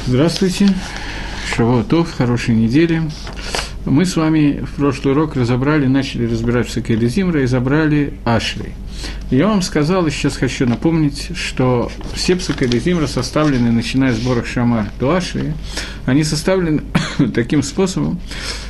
Здравствуйте, Шавуа Тов, хорошей недели. Мы с вами в прошлый урок начали разбирать Псукей Зимра и забрали Ашри. Я вам сказал, и сейчас хочу напомнить, что все Псукей Зимра составлены, начиная с Борах Шамар до Ашри, они составлены таким способом,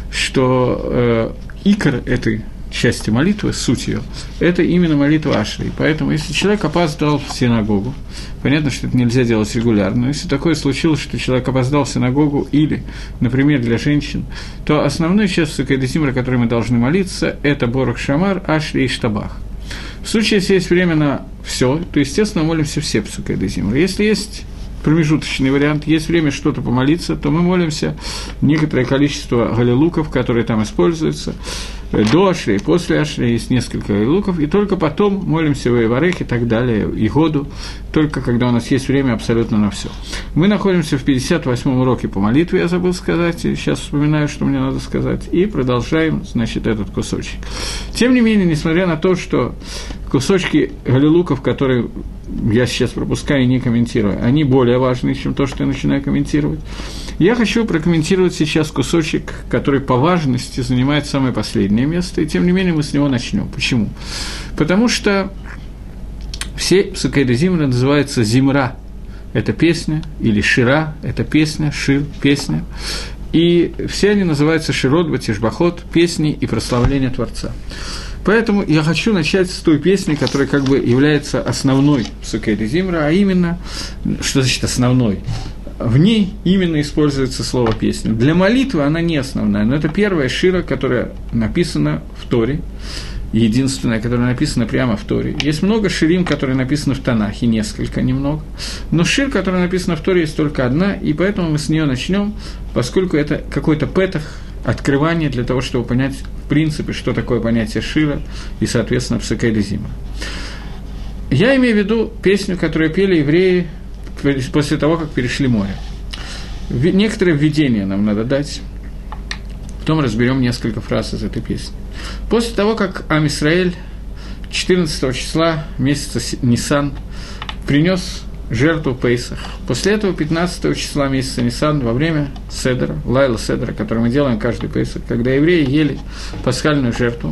что икор этой части молитвы, суть ее, это именно молитва Ашри. Поэтому, если человек опоздал в синагогу, понятно, что это нельзя делать регулярно, но если такое случилось, что человек опоздал в синагогу или, например, для женщин, то основной часть Псукей Зимра, которой мы должны молиться, это Борах Шамар, Ашри и Штабах. В случае, если есть время на все, то, естественно, молимся все Псукей Зимра. Если есть промежуточный вариант, есть время что-то помолиться, то мы молимся некоторое количество галилуков, которые там используются, до Ашри и после Ашри есть несколько галилуков, и только потом молимся в Варех и так далее, и Году, только когда у нас есть время абсолютно на все. Мы находимся в 58-м уроке по молитве, я забыл сказать, и сейчас вспоминаю, что мне надо сказать, и продолжаем, значит, этот кусочек. Тем не менее, несмотря на то, что кусочки галилуков, которые я сейчас пропускаю и не комментирую, они более важны, чем то, что я начинаю комментировать. Я хочу прокомментировать сейчас кусочек, который по важности занимает самое последнее место, и тем не менее мы с него начнем. Почему? Потому что все Псукей Зимра называются Зимра, это песня, или Шира, это песня, Шир, песня, и все они называются Широт, Батишбахот, песни и прославление Творца. Поэтому я хочу начать с той песни, которая как бы является основной Псукей Зимра, а именно, что значит основной? В ней именно используется слово «песня». Для молитвы она не основная, но это первая шира, которая написана в Торе, единственная, которая написана прямо в Торе. Есть много ширим, которые написаны в Танахе, несколько, немного, но шир, которая написана в Торе, есть только одна, и поэтому мы с нее начнем, поскольку это какой-то петах, открывание для того, чтобы понять, в принципе, что такое понятие шира и, соответственно, Псукей Зимра. Я имею в виду песню, которую пели евреи после того, как перешли море. Некоторое введение нам надо дать, потом разберем несколько фраз из этой песни. После того, как Ам Исраэль 14 числа месяца Нисан принес жертву Пейсах, после этого 15 числа месяца Нисан, во время Седера, Лайла Седера, который мы делаем каждый Пейсах, когда евреи ели пасхальную жертву,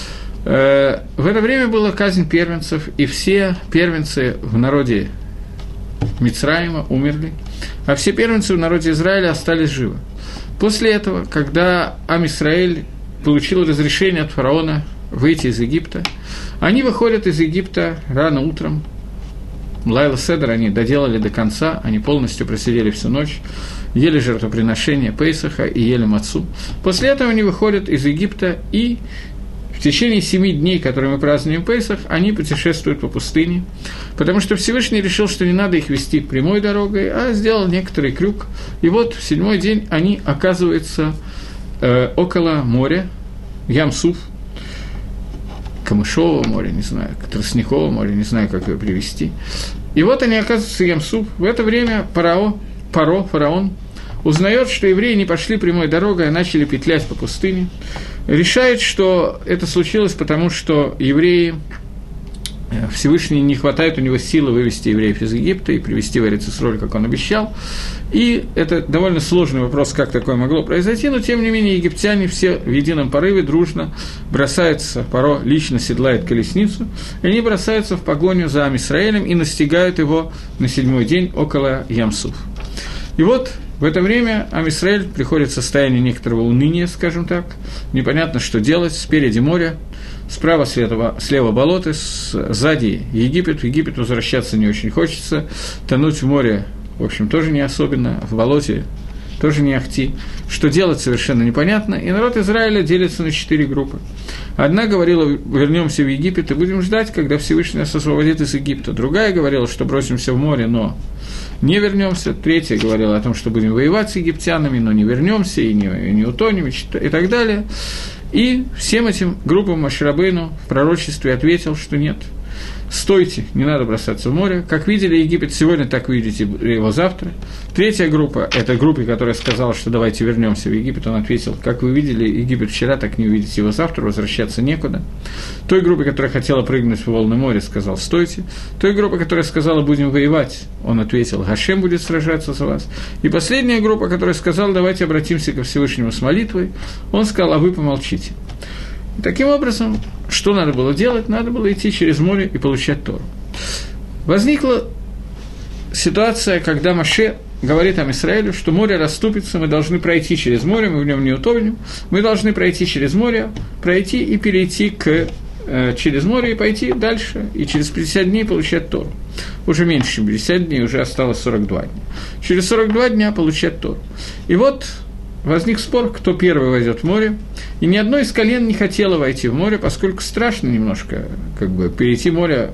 в это время была казнь первенцев, и все первенцы в народе Мицраима умерли, а все первенцы в народе Израиля остались живы. После этого, когда Ам Исраэль получил разрешение от фараона выйти из Египта, они выходят из Египта рано утром. Лайла Седер они доделали до конца, они полностью просидели всю ночь, ели жертвоприношение Пейсаха и ели мацу. После этого они выходят из Египта, и в течение 7 дней, которые мы празднуем Пейсах, они путешествуют по пустыне, потому что Всевышний решил, что не надо их вести прямой дорогой, а сделал некоторый крюк. И вот в 7-й день они оказываются около моря, Ям-Суф, Камышового моря, не знаю, Тростникового моря, не знаю, как его привести. И вот они оказываются в Ям-Суф. В это время фараон, узнает, что евреи не пошли прямой дорогой, а начали петлять по пустыне. Решает, что это случилось, потому что евреи, Всевышний не хватает у него силы вывести евреев из Египта и привести в Эрец Исроэль, как он обещал. И это довольно сложный вопрос, как такое могло произойти, но тем не менее египтяне все в едином порыве дружно бросаются, Паро лично седлает колесницу, и они бросаются в погоню за Ам Исраэлем и настигают его на 7-й день около Ям-Суф. И вот в это время Ам Исраэль приходит в состояние некоторого уныния, скажем так, непонятно, что делать, спереди море, справа слева болото, сзади Египет, в Египет возвращаться не очень хочется, тонуть в море, в общем, тоже не особенно, в болоте тоже не ахти. Что делать, совершенно непонятно, и народ Израиля делится на 4 группы. Одна говорила, вернемся в Египет и будем ждать, когда Всевышний нас освободит из Египта. Другая говорила, что бросимся в море, но не вернемся. Третья говорила о том, что будем воевать с египтянами, но не вернемся и не утонем, и так далее. И всем этим группам Моше Рабейну в пророчестве ответил, что нет. стойте, не надо бросаться в море. Как видели Египет сегодня, так вы видите его завтра. Третья группа – это группа, которая сказала, что давайте вернемся в Египет. Он ответил, как вы видели Египет вчера, так не увидите его завтра, возвращаться некуда. Той группе, которая хотела прыгнуть в волны моря, сказал, стойте. Той группе, которая сказала, будем воевать, он ответил, Гашем будет сражаться за вас. И последняя группа, которая сказала, давайте обратимся ко Всевышнему с молитвой, он сказал, а вы помолчите. И таким образом, что надо было делать? Надо было идти через море и получать Тору. Возникла ситуация, когда Моше говорит Ам Исраэлю, что море расступится, мы должны пройти через море, мы в нем не утонем, мы должны пройти через море, пройти и перейти через море и пойти дальше, и через 50 дней получать Тору. Уже меньше, чем 50 дней, уже осталось 42 дня. Через 42 дня получать Тору. И вот возник спор, кто первый войдет в море, и ни одно из колен не хотело войти в море, поскольку страшно немножко, перейти море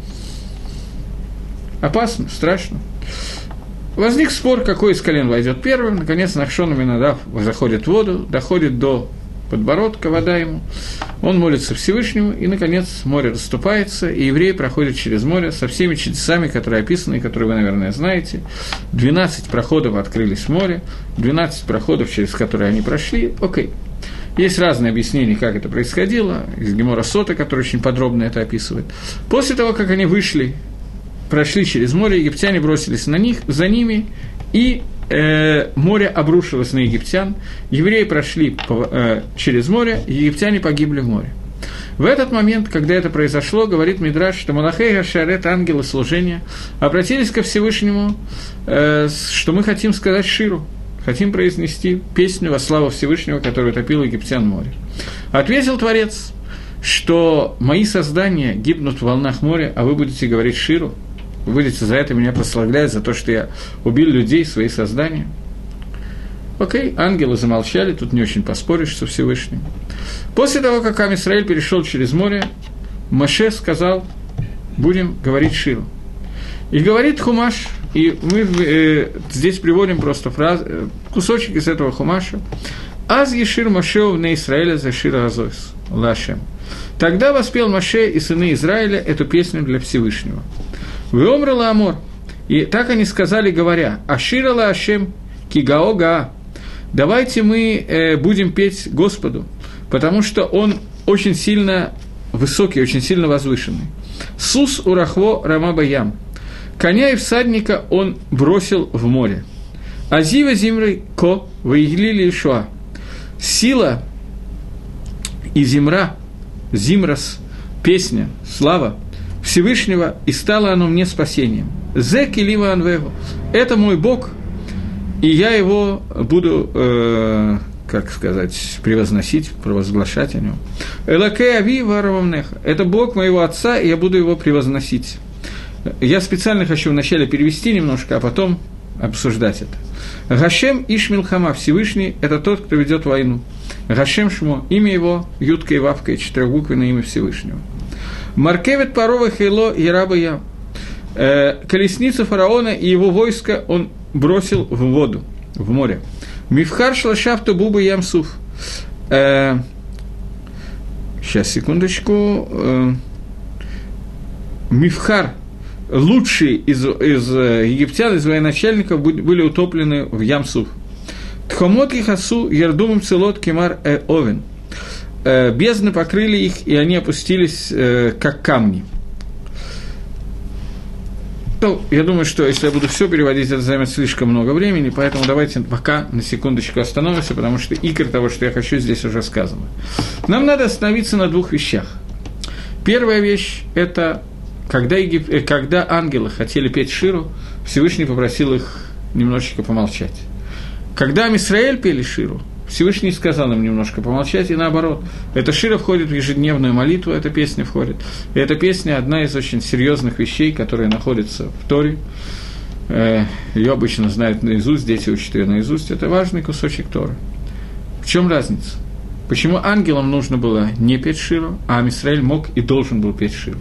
опасно, страшно. Возник спор, какой из колен войдет первым. Наконец, Нахшон Аминадав заходит в воду, доходит до подбородка, вода ему. Он молится Всевышнему, и, наконец, море расступается, и евреи проходят через море со всеми чудесами, которые описаны, которые вы, наверное, знаете. 12 проходов открылись в море, 12 проходов, через которые они прошли. Окей. Есть разные объяснения, как это происходило. Из Гемора Сота, который очень подробно это описывает. После того, как они прошли через море, египтяне бросились за ними, и море обрушилось на египтян, евреи прошли через море, египтяне погибли в море. В этот момент, когда это произошло, говорит Мидраш, что Малахей Гашарет, ангелы служения, обратились ко Всевышнему, что мы хотим сказать Ширу, хотим произнести песню во славу Всевышнего, который утопил египтян в море. Ответил Творец, что мои создания гибнут в волнах моря, а вы будете говорить Ширу, вы будете за это меня прославлять, за то, что я убил людей, свои создания. Окей, ангелы замолчали, тут не очень поспоришь со Всевышним. После того, как Ам Исраэль перешел через море, Моше сказал, будем говорить Ширу. И говорит Хумаш, и мы здесь приводим просто кусочек из этого Хумаша. «Аз ешир Моше вне Исраэля за Шира Азойс, Лашем». Тогда воспел Моше и сыны Израиля эту песню для Всевышнего. «Веомрала Амор». И так они сказали, говоря, «Ашира ла Ашем кигао гаа». Давайте мы будем петь Господу, потому что Он очень сильно высокий, очень сильно возвышенный. «Сус урахво рама баям». Коня и всадника Он бросил в море. «Азива зимры ко ваиглили Ишуа». Сила и зимра, зимрас, песня, слава Всевышнего, и стало оно мне спасением. «Зе килива анвегу». Это мой Бог, и я его буду, превозносить, провозглашать о нем. «Элакей ави варавамнеха». Это Бог моего отца, и я буду его превозносить. Я специально хочу вначале перевести немножко, а потом обсуждать это. Гашем иш милхама, Всевышний – это тот, кто ведет войну. Гашем шмо, имя его, Ютка и Вавка, и четырехбуквенное имя Всевышнего. Маркевет парова хейло яраба я. Колесницу фараона и его войско он бросил в воду, в море. Мифхар шлашафту бубы ямсуф. Сейчас, секундочку. Мифхар. Лучшие из египтян, из военачальников были утоплены в Ямсуф. Тхомот и хасу ярдумом целот кемар овен. Бездны покрыли их, и они опустились, как камни. Ну, я думаю, что если я буду все переводить, это займет слишком много времени, поэтому давайте пока на секундочку остановимся, потому что икр того, что я хочу, здесь уже сказано. Нам надо остановиться на двух вещах. Первая вещь – это когда ангелы хотели петь Ширу, Всевышний попросил их немножечко помолчать. Когда Ам Исраэль пели Ширу, Всевышний сказал им немножко помолчать, и наоборот. Эта Шира входит в ежедневную молитву, эта песня входит. И эта песня – одна из очень серьезных вещей, которые находятся в Торе. Ее обычно знают наизусть, дети учат ее наизусть. Это важный кусочек Торы. В чем разница? Почему ангелам нужно было не петь Ширу, а Ам Исраэль мог и должен был петь Ширу?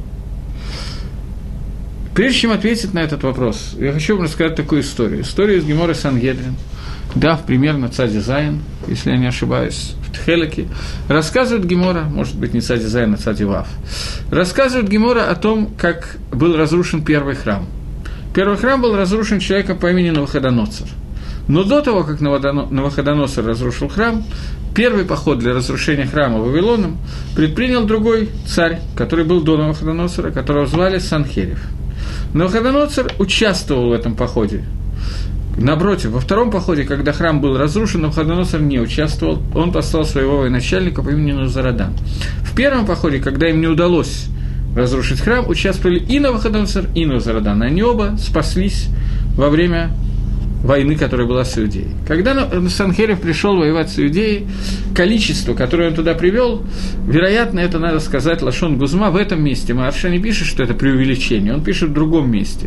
Прежде чем ответить на этот вопрос, я хочу вам рассказать такую историю. Историю из Гемора Сангедрин, дав примерно Цади Зайн, если я не ошибаюсь, Хелеки, рассказывает Гемора, может быть, не Цади Зайн, а Цади Вав, рассказывает Гемора о том, как был разрушен первый храм. Первый храм был разрушен человеком по имени Навуходоносор. Но до того, как Навуходоносор разрушил храм, первый поход для разрушения храма Вавилоном предпринял другой царь, который был до Навуходоносора, которого звали Санхерев. Навуходоносор участвовал в этом походе. Напротив, во втором походе, когда храм был разрушен, Навуходоносор не участвовал, он послал своего военачальника по имени Навузарадан. В первом походе, когда им не удалось разрушить храм, участвовали и Навуходоносор, и Навузарадан. Они оба спаслись во время войны, которая была с Иудеей. Когда Санхерев пришел воевать с Иудеей, количество, которое он туда привел, вероятно, это надо сказать Лашон Гузма в этом месте. Маарша не пишет, что это преувеличение, он пишет в другом месте.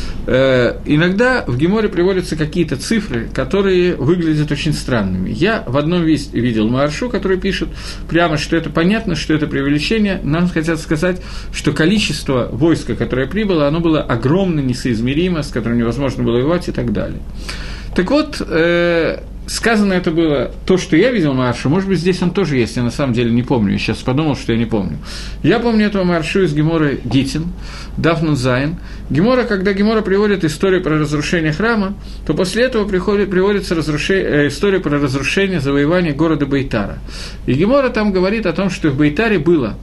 Иногда в Геморе приводятся какие-то цифры, которые выглядят очень странными. Я в одном месте видел Мааршу, который пишет прямо, что это понятно, что это преувеличение. Нам хотят сказать, что количество войска, которое прибыло, оно было огромно, несоизмеримо, с которым невозможно было воевать и так далее. Так вот, сказано это было, то, что я видел Мааршу, может быть, здесь он тоже есть, я на самом деле не помню, я сейчас подумал, что я не помню. Я помню этого Мааршу из Геморы Гитин, Дафнун Зайн. Гемора, когда Гемора приводит историю про разрушение храма, то после этого приводится история про разрушение, завоевание города Бейтара. И Гемора там говорит о том, что в Бейтаре было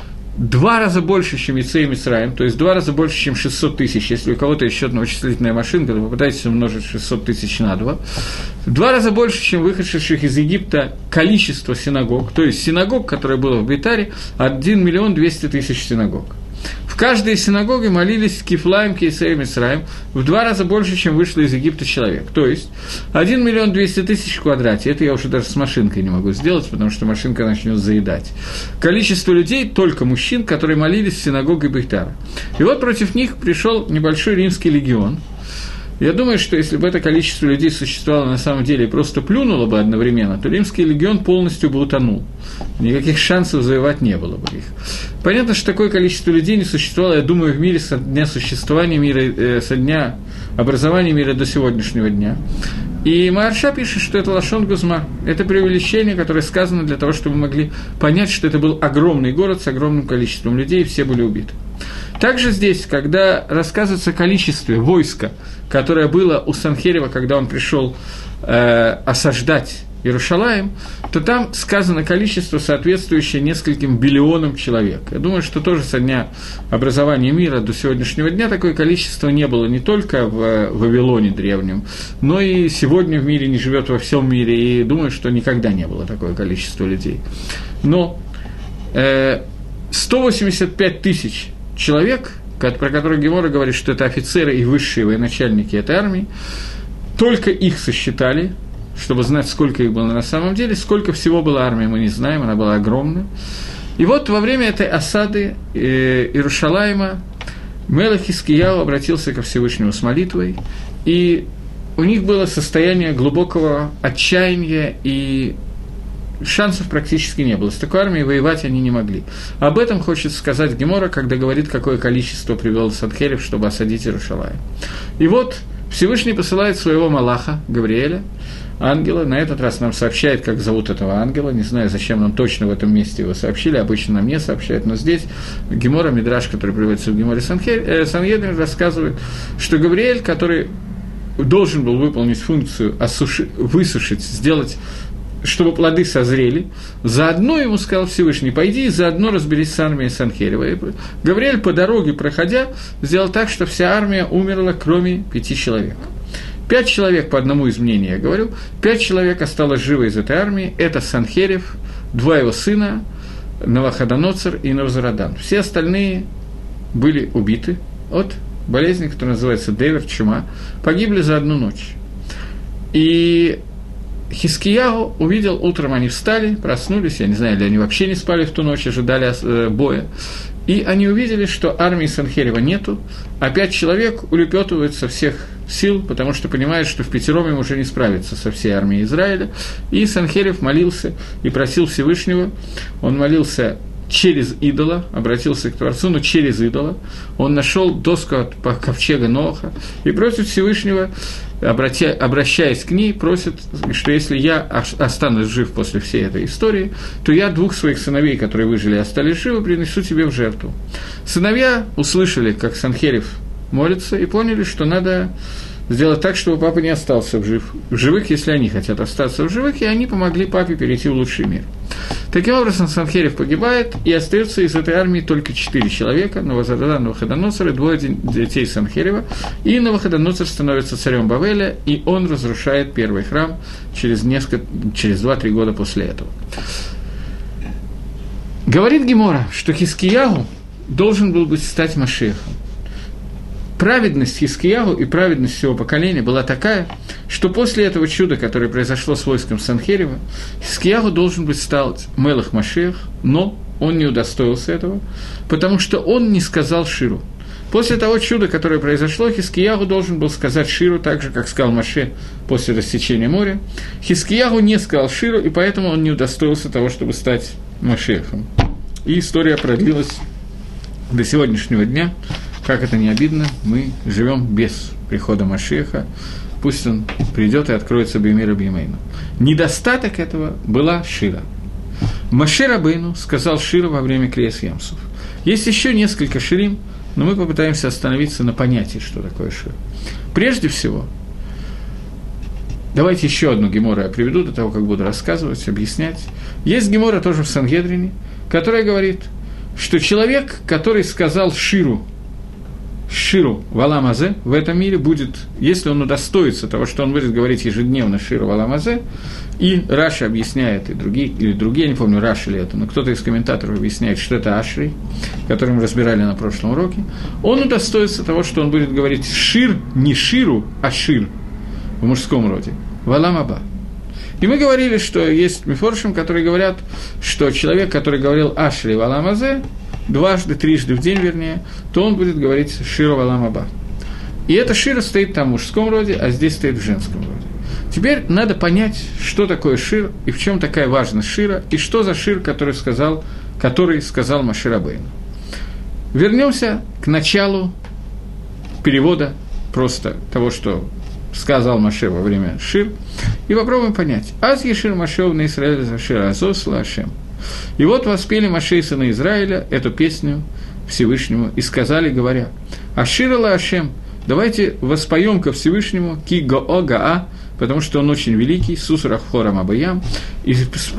2 раза больше, чем Яцей Мицраим, то есть 2 раза больше, чем 600 тысяч. Если у кого-то есть счетно-вычислительная машинка, то попытайтесь умножить 600 тысяч на 2. 2 раза больше, чем выходящих из Египта количество синагог, то есть синагог, которое было в Бейтаре, 1 миллион 200 тысяч синагог. В каждой синагоге молились Кифлаим, Кейсей, Мицраим в 2 раза больше, чем вышло из Египта человек. То есть 1 миллион 200 тысяч в квадрате. Это я уже даже с машинкой не могу сделать, потому что машинка начнет заедать. Количество людей, только мужчин, которые молились в синагоге Бейтара. И вот против них пришел небольшой римский легион. Я думаю, что если бы это количество людей существовало на самом деле и просто плюнуло бы одновременно, то римский легион полностью бы утонул. Никаких шансов завоевать не было бы их. Понятно, что такое количество людей не существовало, я думаю, в мире со дня существования мира, со дня образования мира до сегодняшнего дня. И Маарша пишет, что это Лашон Гузма, это преувеличение, которое сказано для того, чтобы мы могли понять, что это был огромный город с огромным количеством людей, и все были убиты. Также здесь, когда рассказывается о количестве войска, которое было у Санхерева, когда он пришел осаждать Иерушалаим, то там сказано количество, соответствующее нескольким биллионам человек. Я думаю, что тоже со дня образования мира до сегодняшнего дня такое количество не было не только в Вавилоне древнем, но и сегодня в мире не живет во всем мире, и думаю, что никогда не было такое количество людей. Но 185 тысяч человек, про которых Гемора говорит, что это офицеры и высшие военачальники этой армии, только их сосчитали, чтобы знать, сколько их было на самом деле, сколько всего было армии, мы не знаем, она была огромная. И вот во время этой осады Иерушалаима Мелех Хискияу обратился ко Всевышнему с молитвой, и у них было состояние глубокого отчаяния, и шансов практически не было. С такой армией воевать они не могли. Об этом хочет сказать Гемора, когда говорит, какое количество привел Санхерев, чтобы осадить Иерушалаим. И вот Всевышний посылает своего малаха, Гавриэля, ангела. На этот раз нам сообщает, как зовут этого ангела. Не знаю, зачем нам точно в этом месте его сообщили. Обычно нам не сообщают. Но здесь Гемора, Мидраш, который приводится в Геморе Санхедрин, рассказывает, что Гавриэль, который должен был выполнить функцию высушить, сделать, чтобы плоды созрели, заодно ему сказал Всевышний: пойди и заодно разберись с армией Санхерева. И Гавриэль по дороге, проходя, сделал так, что вся армия умерла, кроме 5 человек. 5 человек, по одному из мнений я говорю, 5 человек осталось живы из этой армии. Это Санхерев, 2 его сына, Навуходоносор и Навузарадан. Все остальные были убиты от болезни, которая называется Девер, чума, погибли за одну ночь. И Хискияу увидел, утром они встали, проснулись, я не знаю, или они вообще не спали в ту ночь, ожидали боя, и они увидели, что армии Санхерева нету, а 5 человек улепетывают со всех сил, потому что понимают, что впятером им уже не справиться со всей армией Израиля, и Санхерев молился и просил Всевышнего, он молился через идола, обратился к Творцу, но через идола. Он нашел доску от ковчега Ноаха и просит Всевышнего, обращаясь к ней, просит, что если я останусь жив после всей этой истории, то я 2 своих сыновей, которые выжили и остались живы, принесу тебе в жертву. Сыновья услышали, как Санхерев молится, и поняли, что надо сделать так, чтобы папа не остался в живых, если они хотят остаться в живых, и они помогли папе перейти в лучший мир. Таким образом, Санхерев погибает, и остается из этой армии только 4 человека, Навузарадан, Навуходоносор и 2 детей Санхерева, и Навуходоносор становится царем Бавеля, и он разрушает первый храм через 2-3 года после этого. Говорит Гемора, что Хискиягу должен был бы стать Машиахом. Праведность Хискиягу и праведность всего поколения была такая, что после этого чуда, которое произошло с войском Санхерева, Хискиягу должен быть стать Мелах Машиах, но он не удостоился этого, потому что он не сказал Ширу. После того чуда, которое произошло, Хискиягу должен был сказать Ширу, так же, как сказал Моше после рассечения моря. Хискиягу не сказал Ширу, и поэтому он не удостоился того, чтобы стать Машиахом. И история продлилась до сегодняшнего дня. Как это не обидно, мы живем без прихода Машиаха. Пусть он придет и откроется Беймира Беймейну. Недостаток этого была Шира. Моше Рабейну сказал Ширу во время Криас Ямсуф. Есть еще несколько ширим, но мы попытаемся остановиться на понятии, что такое Шира. Прежде всего, давайте еще одну гемору я приведу до того, как буду рассказывать, объяснять. Есть гемора тоже в Сангедрине, которая говорит, что человек, который сказал Ширу Валамазе в этом мире будет, если он удостоится того, что он будет говорить ежедневно Ширу Валамазе, и Раши объясняет, и другие, я не помню, Раши ли это, но кто-то из комментаторов объясняет, что это Ашри, который мы разбирали на прошлом уроке, он удостоится того, что он будет говорить Шир, не Ширу, а Шир в мужском роде, Валамаба. И мы говорили, что есть мифоршим, которые говорят, что человек, который говорил Ашри Валамазе, трижды в день, вернее, то он будет говорить Шира Валам Аба. И эта Шира стоит там в мужском роде, а здесь стоит в женском роде. Теперь надо понять, что такое Шир, и в чем такая важность Шира, и что за Шир, который сказал Моше Рабейну. Вернемся к началу перевода просто того, что сказал Моше во время Шир, и попробуем понять. «Аз ешир Моше на Исраэле за Шира Азос Лашем». И вот воспели Моше и сыны Израиля эту песню Всевышнему и сказали, говоря, «Ашира ла Ашем, давайте воспоем ко Всевышнему, ки го гаа, потому что он очень великий, сусурах хорам абаям, и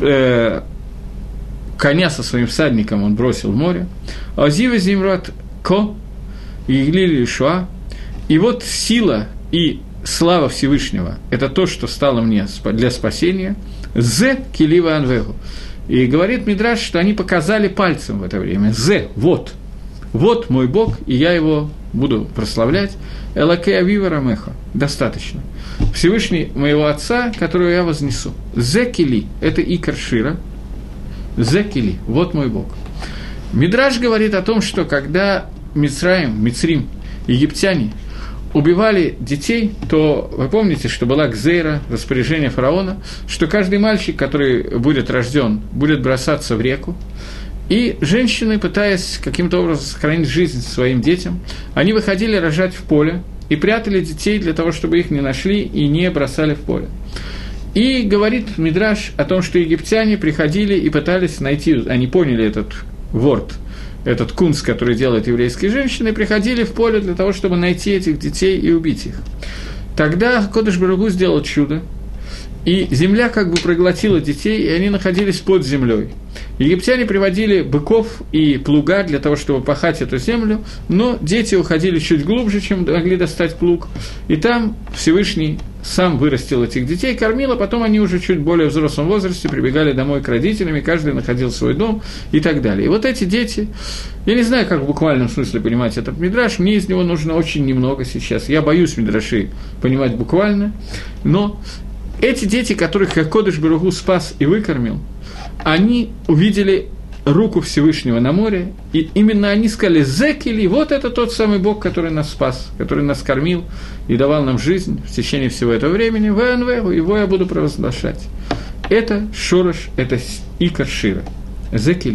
коня со своим всадником он бросил в море, азива зимрат ко, и глили шуа, и вот сила и слава Всевышнего – это то, что стало мне для спасения, зе килива анвегу». И говорит Мидраш, что они показали пальцем в это время. «Зе, вот мой Бог, и я его буду прославлять. Элакей авива рамеха». Достаточно. Всевышний моего Отца, которого я вознесу. «Зе кили» – это икор Шира. «Зе кили» – вот мой Бог. Мидраш говорит о том, что когда Мицрим, египтяне, убивали детей, то вы помните, что была гзейра, распоряжение фараона, что каждый мальчик, который будет рожден, будет бросаться в реку, и женщины, пытаясь каким-то образом сохранить жизнь своим детям, они выходили рожать в поле и прятали детей для того, чтобы их не нашли и не бросали в поле. И говорит Мидраш о том, что египтяне приходили и пытались найти, они поняли этот ворд, этот кунс, который делают еврейские женщины, приходили в поле для того, чтобы найти этих детей и убить их. Тогда Кодеш Барух Ху сделал чудо, и земля как бы проглотила детей, и они находились под землей. Египтяне приводили быков и плуга для того, чтобы пахать эту землю, но дети уходили чуть глубже, чем могли достать плуг, и там Всевышний сам вырастил этих детей, кормил, а потом они уже чуть более взрослом возрасте прибегали домой к родителям, и каждый находил свой дом и так далее. И вот эти дети, я не знаю, как в буквальном смысле понимать этот мидраш, мне из него нужно очень немного сейчас. Я боюсь мидрашей понимать буквально, но эти дети, которых Кодеш Барух Ху спас и выкормил, они увидели руку Всевышнего на море, и именно они сказали «Зекили», вот это тот самый Бог, который нас спас, который нас кормил и давал нам жизнь в течение всего этого времени, «Вэнвэгу», его я буду провозглашать. Это шорош, это икор Шира, «Зекили».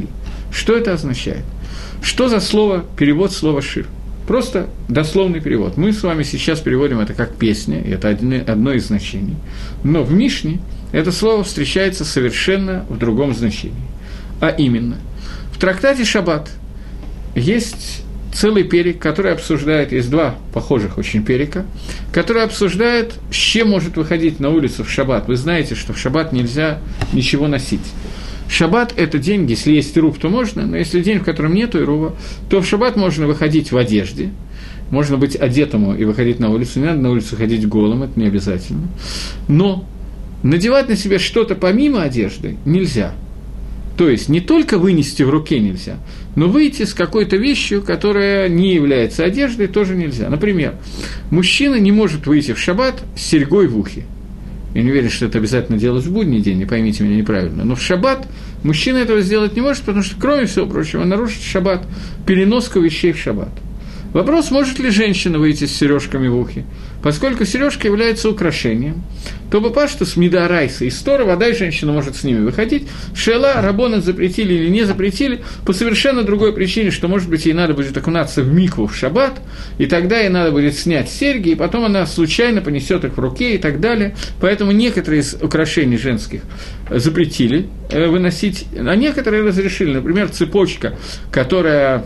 Что это означает? Что за слово, перевод слова «шир»? Просто дословный перевод. Мы с вами сейчас переводим это как «песня», и это одно из значений. Но в Мишне это слово встречается совершенно в другом значении. А именно, в трактате «Шаббат» есть целый перек, который обсуждает, есть два похожих очень перека, который обсуждает, с чем может выходить на улицу в шаббат. Вы знаете, что в шаббат нельзя ничего носить. Шаббат – это день, если есть ирув, то можно, но если день, в котором нет ирува, то в шаббат можно выходить в одежде, можно быть одетому и выходить на улицу, не надо на улицу ходить голым, это не обязательно. Но надевать на себя что-то помимо одежды нельзя. То есть не только вынести в руке нельзя, но выйти с какой-то вещью, которая не является одеждой, тоже нельзя. Например, мужчина не может выйти в шаббат с серьгой в ухе. Я не уверен, что это обязательно делать в будний день, не поймите меня неправильно. Но в шаббат мужчина этого сделать не может, потому что, кроме всего прочего, нарушит шаббат, переноску вещей в шаббат. Вопрос, может ли женщина выйти с сережками в ухе? Поскольку сережка является украшением, то бапаштус мидарайса и стора, вода и женщина может с ними выходить. Шейла, рабона запретили или не запретили, по совершенно другой причине, что, может быть, ей надо будет окунаться в микву в шаббат, и тогда ей надо будет снять серьги, и потом она случайно понесет их в руке и так далее. Поэтому некоторые из украшений женских запретили выносить, а некоторые разрешили. Например, цепочка, которая...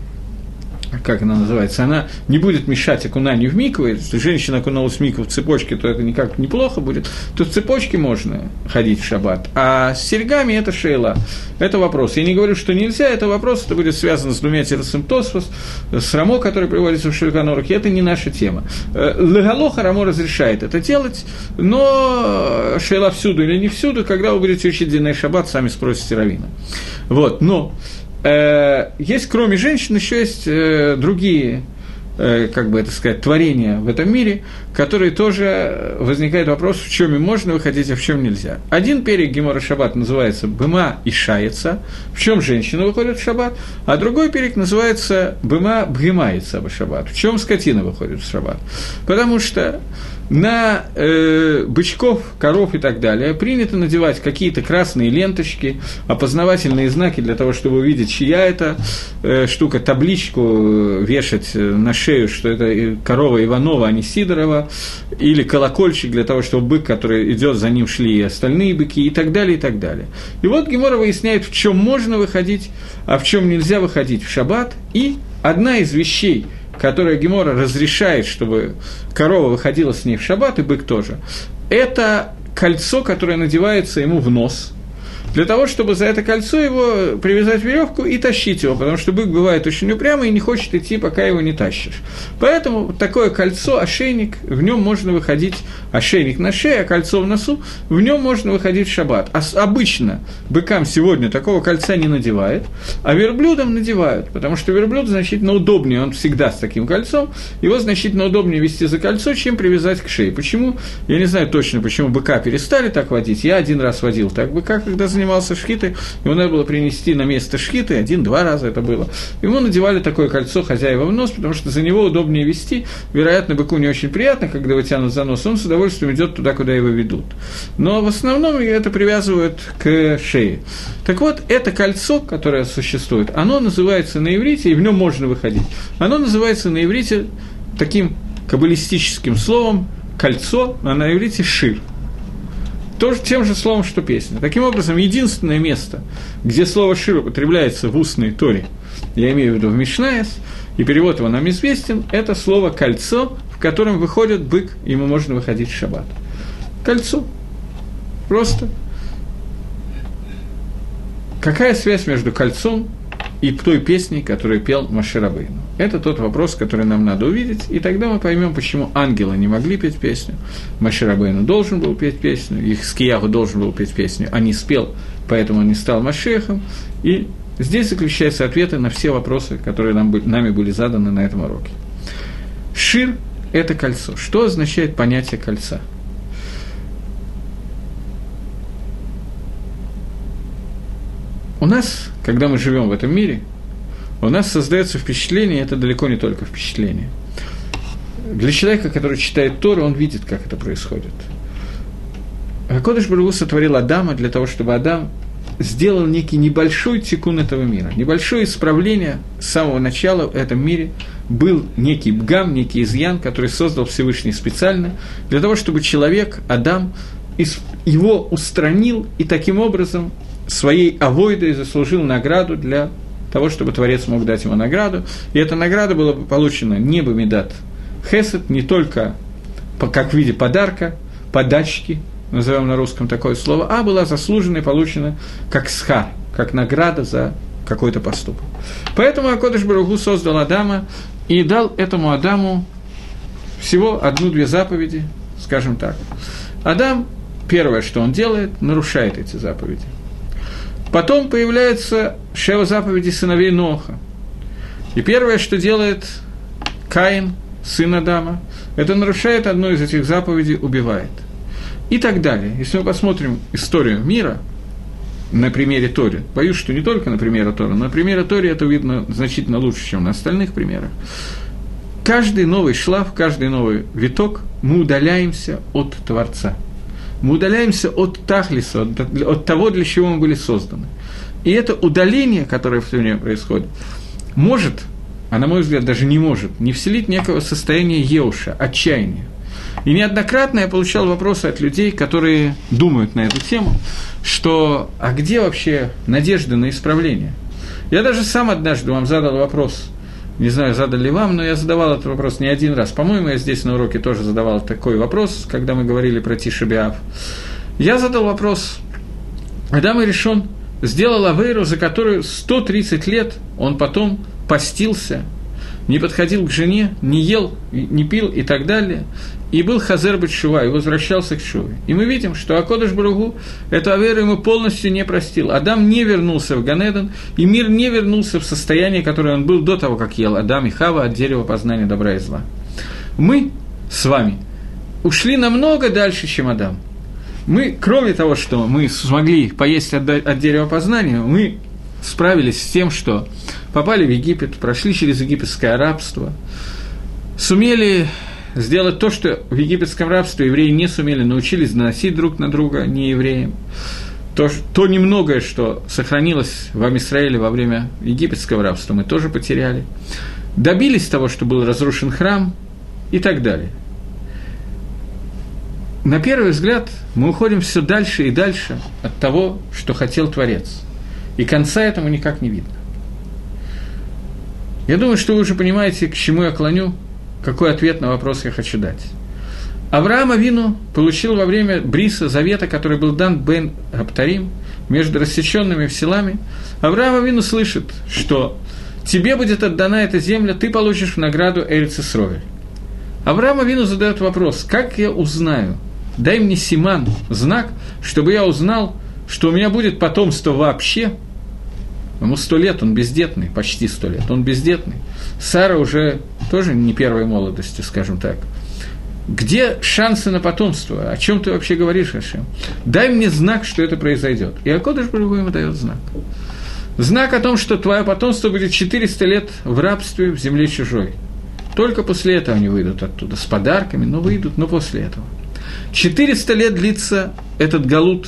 как она называется, она не будет мешать окунанию в микву. Если женщина окуналась в микву в цепочке, то это никак неплохо будет. То в цепочке можно ходить в шаббат, а с серьгами это шейла. Это вопрос. Я не говорю, что нельзя, это вопрос, это будет связано с двумя терасом Тосфос, с Рамо, который приводится в Шульхан Орух, это не наша тема. Легалоха Рамо разрешает это делать, но шейла всюду или не всюду, когда вы будете учить Диней Шаббат, сами спросите раввина. Вот, но... есть, кроме женщин, еще есть другие, как бы это сказать, творения в этом мире, которые тоже возникает вопрос, в чем им можно выходить, а в чем нельзя. Один перек Гемора Шаббат называется «Быма и шаяца», в чем женщина выходит в шаббат, а другой перек называется «Быма бгемается в шаббат», в чем скотина выходит в шаббат. Потому что на бычков, коров и так далее принято надевать какие-то красные ленточки, опознавательные знаки для того, чтобы увидеть, чья это штука, табличку вешать на шею, что это корова Иванова, а не Сидорова, или колокольчик для того, чтобы бык, который идет, за ним шли и остальные быки, и так далее, и так далее. И вот Гемора выясняет, в чем можно выходить, а в чем нельзя выходить в шаббат, и одна из вещей, которая Гемора разрешает, чтобы корова выходила с ней в шаббат, и бык тоже, это кольцо, которое надевается ему в нос, для того, чтобы за это кольцо его привязать веревку и тащить его, потому что бык бывает очень упрямый и не хочет идти, пока его не тащишь. Поэтому такое кольцо, ошейник, в нем можно выходить, ошейник на шее, а кольцо в носу, в нем можно выходить в шаббат. А обычно быкам сегодня такого кольца не надевают, а верблюдам надевают, потому что верблюд значительно удобнее, он всегда с таким кольцом, его значительно удобнее вести за кольцо, чем привязать к шее. Почему? Я не знаю точно, почему быка перестали так водить. Я один раз водил так быка, когда занимался шхитой, ему надо было принести на место шхиты, 1-2 раза это было. Ему надевали такое кольцо хозяева в нос, потому что за него удобнее вести. Вероятно, быку не очень приятно, когда его тянут за нос, он с удовольствием идет туда, куда его ведут. Но в основном это привязывают к шее. Так вот, это кольцо, которое существует, оно называется на иврите, и в нем можно выходить, оно называется на иврите таким каббалистическим словом кольцо, а на иврите шир. Тоже тем же словом, что песня. Таким образом, единственное место, где слово «шир» употребляется в устной Торе, я имею в виду в Мишнаес, и перевод его нам известен, это слово «кольцо», в котором выходит бык, ему можно выходить в шаббат. Кольцо. Просто. Какая связь между кольцом и той песней, которую пел Моше Рабейну? Это тот вопрос, который нам надо увидеть, и тогда мы поймем, почему ангелы не могли петь песню, Моше Рабейну должен был петь песню, Хискияху должен был петь песню, а не спел, поэтому он не стал Машехом, и здесь заключаются ответы на все вопросы, которые нами были заданы на этом уроке. Шир – это кольцо. Что означает понятие кольца? У нас, когда мы живем в этом мире, у нас создается впечатление, это далеко не только впечатление. Для человека, который читает Тору, он видит, как это происходит. Акодыш Барух Ху сотворил Адама для того, чтобы Адам сделал некий небольшой тикун этого мира, небольшое исправление с самого начала в этом мире. Был некий бгам, некий изъян, который создал Всевышний специально для того, чтобы человек, Адам, его устранил и таким образом своей авойдой заслужил награду для того, чтобы Творец мог дать ему награду. И эта награда была получена не бамидат хесед, не только как в виде подарка, подачки, назовем на русском такое слово, а была заслужена и получена как схар, как награда за какой-то поступок. Поэтому Акодыш Барух Ху создал Адама и дал этому Адаму всего 1-2 заповеди, скажем так. Адам, первое, что он делает, нарушает эти заповеди. Потом появляются 7 заповедей сыновей Ноха. И первое, что делает Каин, сын Адама, это нарушает одну из этих заповедей, убивает. И так далее. Если мы посмотрим историю мира на примере Торы, боюсь, что не только на примере Торы, но на примере Торы это видно значительно лучше, чем на остальных примерах. Каждый новый шлаф, каждый новый виток мы удаляемся от Творца. Мы удаляемся от Тахлиса, от того, для чего мы были созданы. И это удаление, которое в время происходит, может, а на мой взгляд даже не может, не вселить некого состояния еуша, отчаяния. И неоднократно я получал вопросы от людей, которые думают на эту тему, что «а где вообще надежда на исправление?» Я даже сам однажды вам задал вопрос, не знаю, задали ли вам, но я задавал этот вопрос не один раз. По-моему, я здесь на уроке тоже задавал такой вопрос, когда мы говорили про Тиша б'Ав. Я задал вопрос, Адам Аришон сделал авейру, за которую 130 лет он потом постился, не подходил к жене, не ел, не пил и так далее, и был хазер бет-шува, и возвращался к шуве. И мы видим, что Акодыш Барух Ху эту аверу ему полностью не простил. Адам не вернулся в Ганеден, и мир не вернулся в состояние, которое он был до того, как ел Адам и Хава от дерева познания добра и зла. Мы с вами ушли намного дальше, чем Адам. Мы, кроме того, что мы смогли поесть от дерева познания, мы справились с тем, что попали в Египет, прошли через египетское рабство, сумели сделать то, что в египетском рабстве евреи не сумели, научились доносить друг на друга неевреям. То немногое, что сохранилось в Ам-Исраэле во время египетского рабства, мы тоже потеряли. Добились того, что был разрушен храм и так далее. На первый взгляд мы уходим все дальше и дальше от того, что хотел Творец. И конца этому никак не видно. Я думаю, что вы уже понимаете, к чему я клоню, какой ответ на вопрос я хочу дать. Авраам Авину получил во время Бриса, завета, который был дан Бен Гаптарим, между рассеченными селами. Авраам Авину слышит, что тебе будет отдана эта земля, ты получишь в награду Эрец Исроэль. Авраам Авину задает вопрос, как я узнаю, дай мне симан, знак, чтобы я узнал, что у меня будет потомство вообще. Ему 100 лет, он бездетный, почти 100 лет, он бездетный. Сара уже тоже не первой молодости, скажем так. Где шансы на потомство? О чем ты вообще говоришь, Хашем? Дай мне знак, что это произойдет. И Акодыш Барух Ху ему дает знак. Знак о том, что твое потомство будет 400 лет в рабстве в земле чужой. Только после этого они выйдут оттуда, с подарками, но выйдут, но после этого. 400 лет длится этот галут,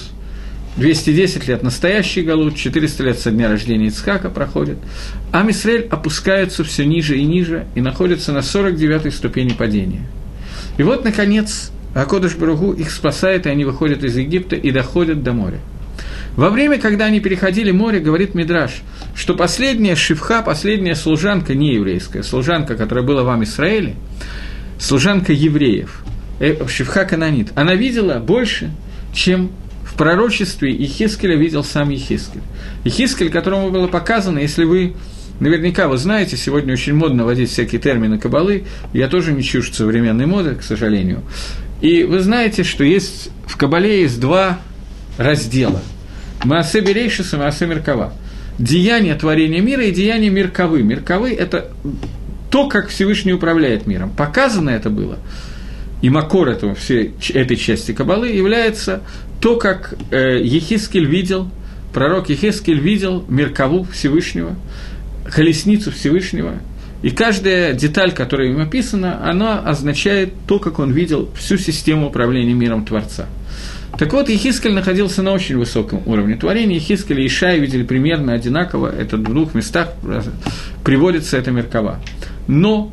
210 лет настоящий галут, 400 лет со дня рождения Ицхака проходит. Ам-Исраэль опускается все ниже и ниже и находится на 49-й ступени падения. И вот, наконец, Акодыш Барух Ху их спасает, и они выходят из Египта и доходят до моря. Во время, когда они переходили море, говорит Мидраш, что последняя шивха, последняя служанка, не еврейская, служанка, которая была в Ам-Исраэле, служанка евреев, шивха кананит, она видела больше, чем в пророчестве Йехескеля видел сам Йехескель. Йехескель, которому было показано, если вы, наверняка вы знаете, сегодня очень модно вводить всякие термины каббалы, я тоже не чужд современной моды, к сожалению, и вы знаете, что есть в каббале есть 2 раздела – Маасе Берейшис и Маасе Меркава. Деяние творения мира и деяние Меркавы. Меркавы – это то, как Всевышний управляет миром. Показано это было, и макор этого, всей этой части Каббалы является то, как Йехескель видел, пророк Йехескель видел Меркаву Всевышнего, колесницу Всевышнего, и каждая деталь, которая им описана, она означает то, как он видел всю систему управления миром Творца. Так вот, Йехескель находился на очень высоком уровне творения. Йехескель и Ишая видели примерно одинаково, это в двух местах приводится эта меркава. Но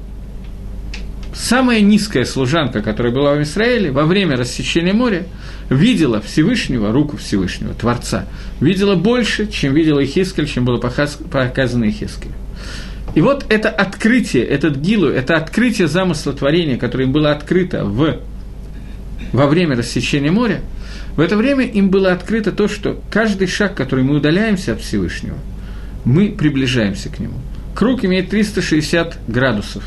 самая низкая служанка, которая была в Израиле, во время рассечения моря, видела Всевышнего, руку Всевышнего, Творца, видела больше, чем видела Йехескель, чем было показано Йехескелю. И вот это открытие, этот гилу, это открытие замысла творения, которое им было открыто во время рассечения моря, в это время им было открыто то, что каждый шаг, который мы удаляемся от Всевышнего, мы приближаемся к нему. Круг имеет 360 градусов.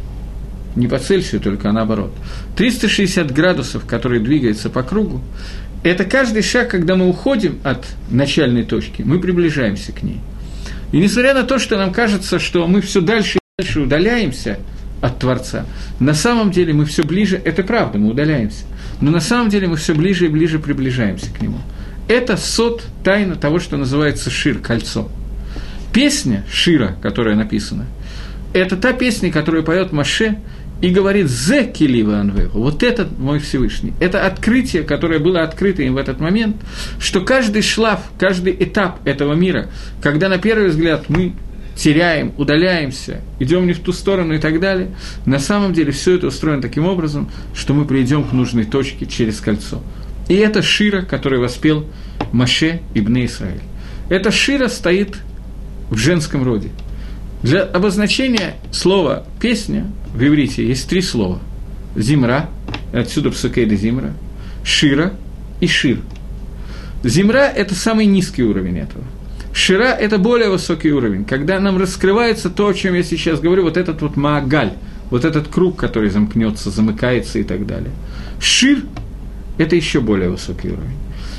Не по Цельсию, только наоборот. 360 градусов, которые двигаются по кругу, это каждый шаг, когда мы уходим от начальной точки, мы приближаемся к ней. И несмотря на то, что нам кажется, что мы все дальше и дальше удаляемся от Творца, на самом деле мы все ближе, это правда, мы удаляемся, но на самом деле мы все ближе и ближе приближаемся к нему. Это сот, тайна того, что называется шир, кольцо. Песня шира, которая написана, это та песня, которую поет Моше и говорит «Зе килива анвеху», вот этот мой Всевышний. Это открытие, которое было открыто им в этот момент, что каждый шлаф, каждый этап этого мира, когда на первый взгляд мы теряем, удаляемся, идем не в ту сторону и так далее, на самом деле все это устроено таким образом, что мы придем к нужной точке через кольцо. И это шира, который воспел Моше и Бней Исраэль. Эта шира стоит в женском роде. Для обозначения слова «песня» в иврите есть три слова. «Зимра», отсюда «псукей де зимра», «шира» и «шир». «Зимра» – это самый низкий уровень этого. «Шира» – это более высокий уровень, когда нам раскрывается то, о чем я сейчас говорю, вот этот вот маагаль, вот этот круг, который замкнется, замыкается и так далее. «Шир» – это еще более высокий уровень.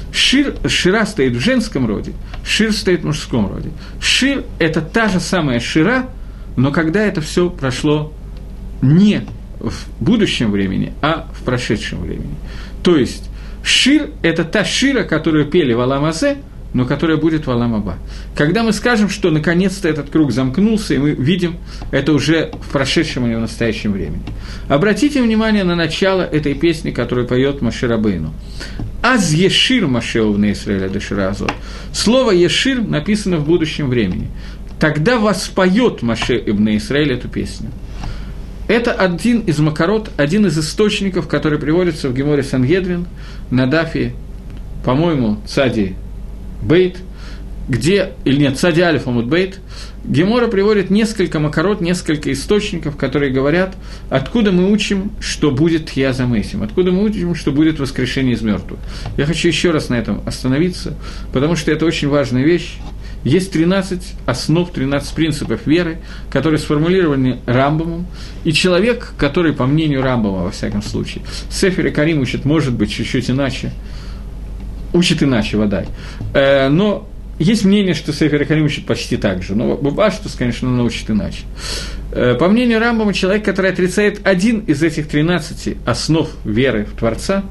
Шира стоит в женском роде, шир стоит в мужском роде. Шир – это та же самая шира, но когда это все прошло не в будущем времени, а в прошедшем времени. То есть шир – это та шира, которую пели в Алам Азе, но которая будет в Алам Аба. Когда мы скажем, что наконец-то этот круг замкнулся, и мы видим это уже в прошедшем и в настоящем времени. Обратите внимание на начало этой песни, которую поет Моше Рабейну. «Аз ешир Моше бней Исраэля дешира азот». Слово «ешир» написано в будущем времени. Тогда воспоет Моше и бней Исраэль эту песню. Это один из макарот, один из источников, который приводится в Геморе Сангедрин, на дафе, по-моему, Цади Бейт, где, или нет, Цади Алиф Амуд Бейт, Гемора приводит несколько макарот, несколько источников, которые говорят, откуда мы учим, что будет Тхия Замейсим, откуда мы учим, что будет воскрешение из мертвых. Я хочу еще раз на этом остановиться, потому что это очень важная вещь. Есть 13 основ, 13 принципов веры, которые сформулированы Рамбамом, и человек, который, по мнению Рамбама, во всяком случае, Сефер и Карим учит, может быть, чуть-чуть иначе, учит иначе, водай, но есть мнение, что Сефер и Карим учит почти так же, но Баштус, конечно, научит иначе. По мнению Рамбама, человек, который отрицает один из этих 13 основ веры в Творца,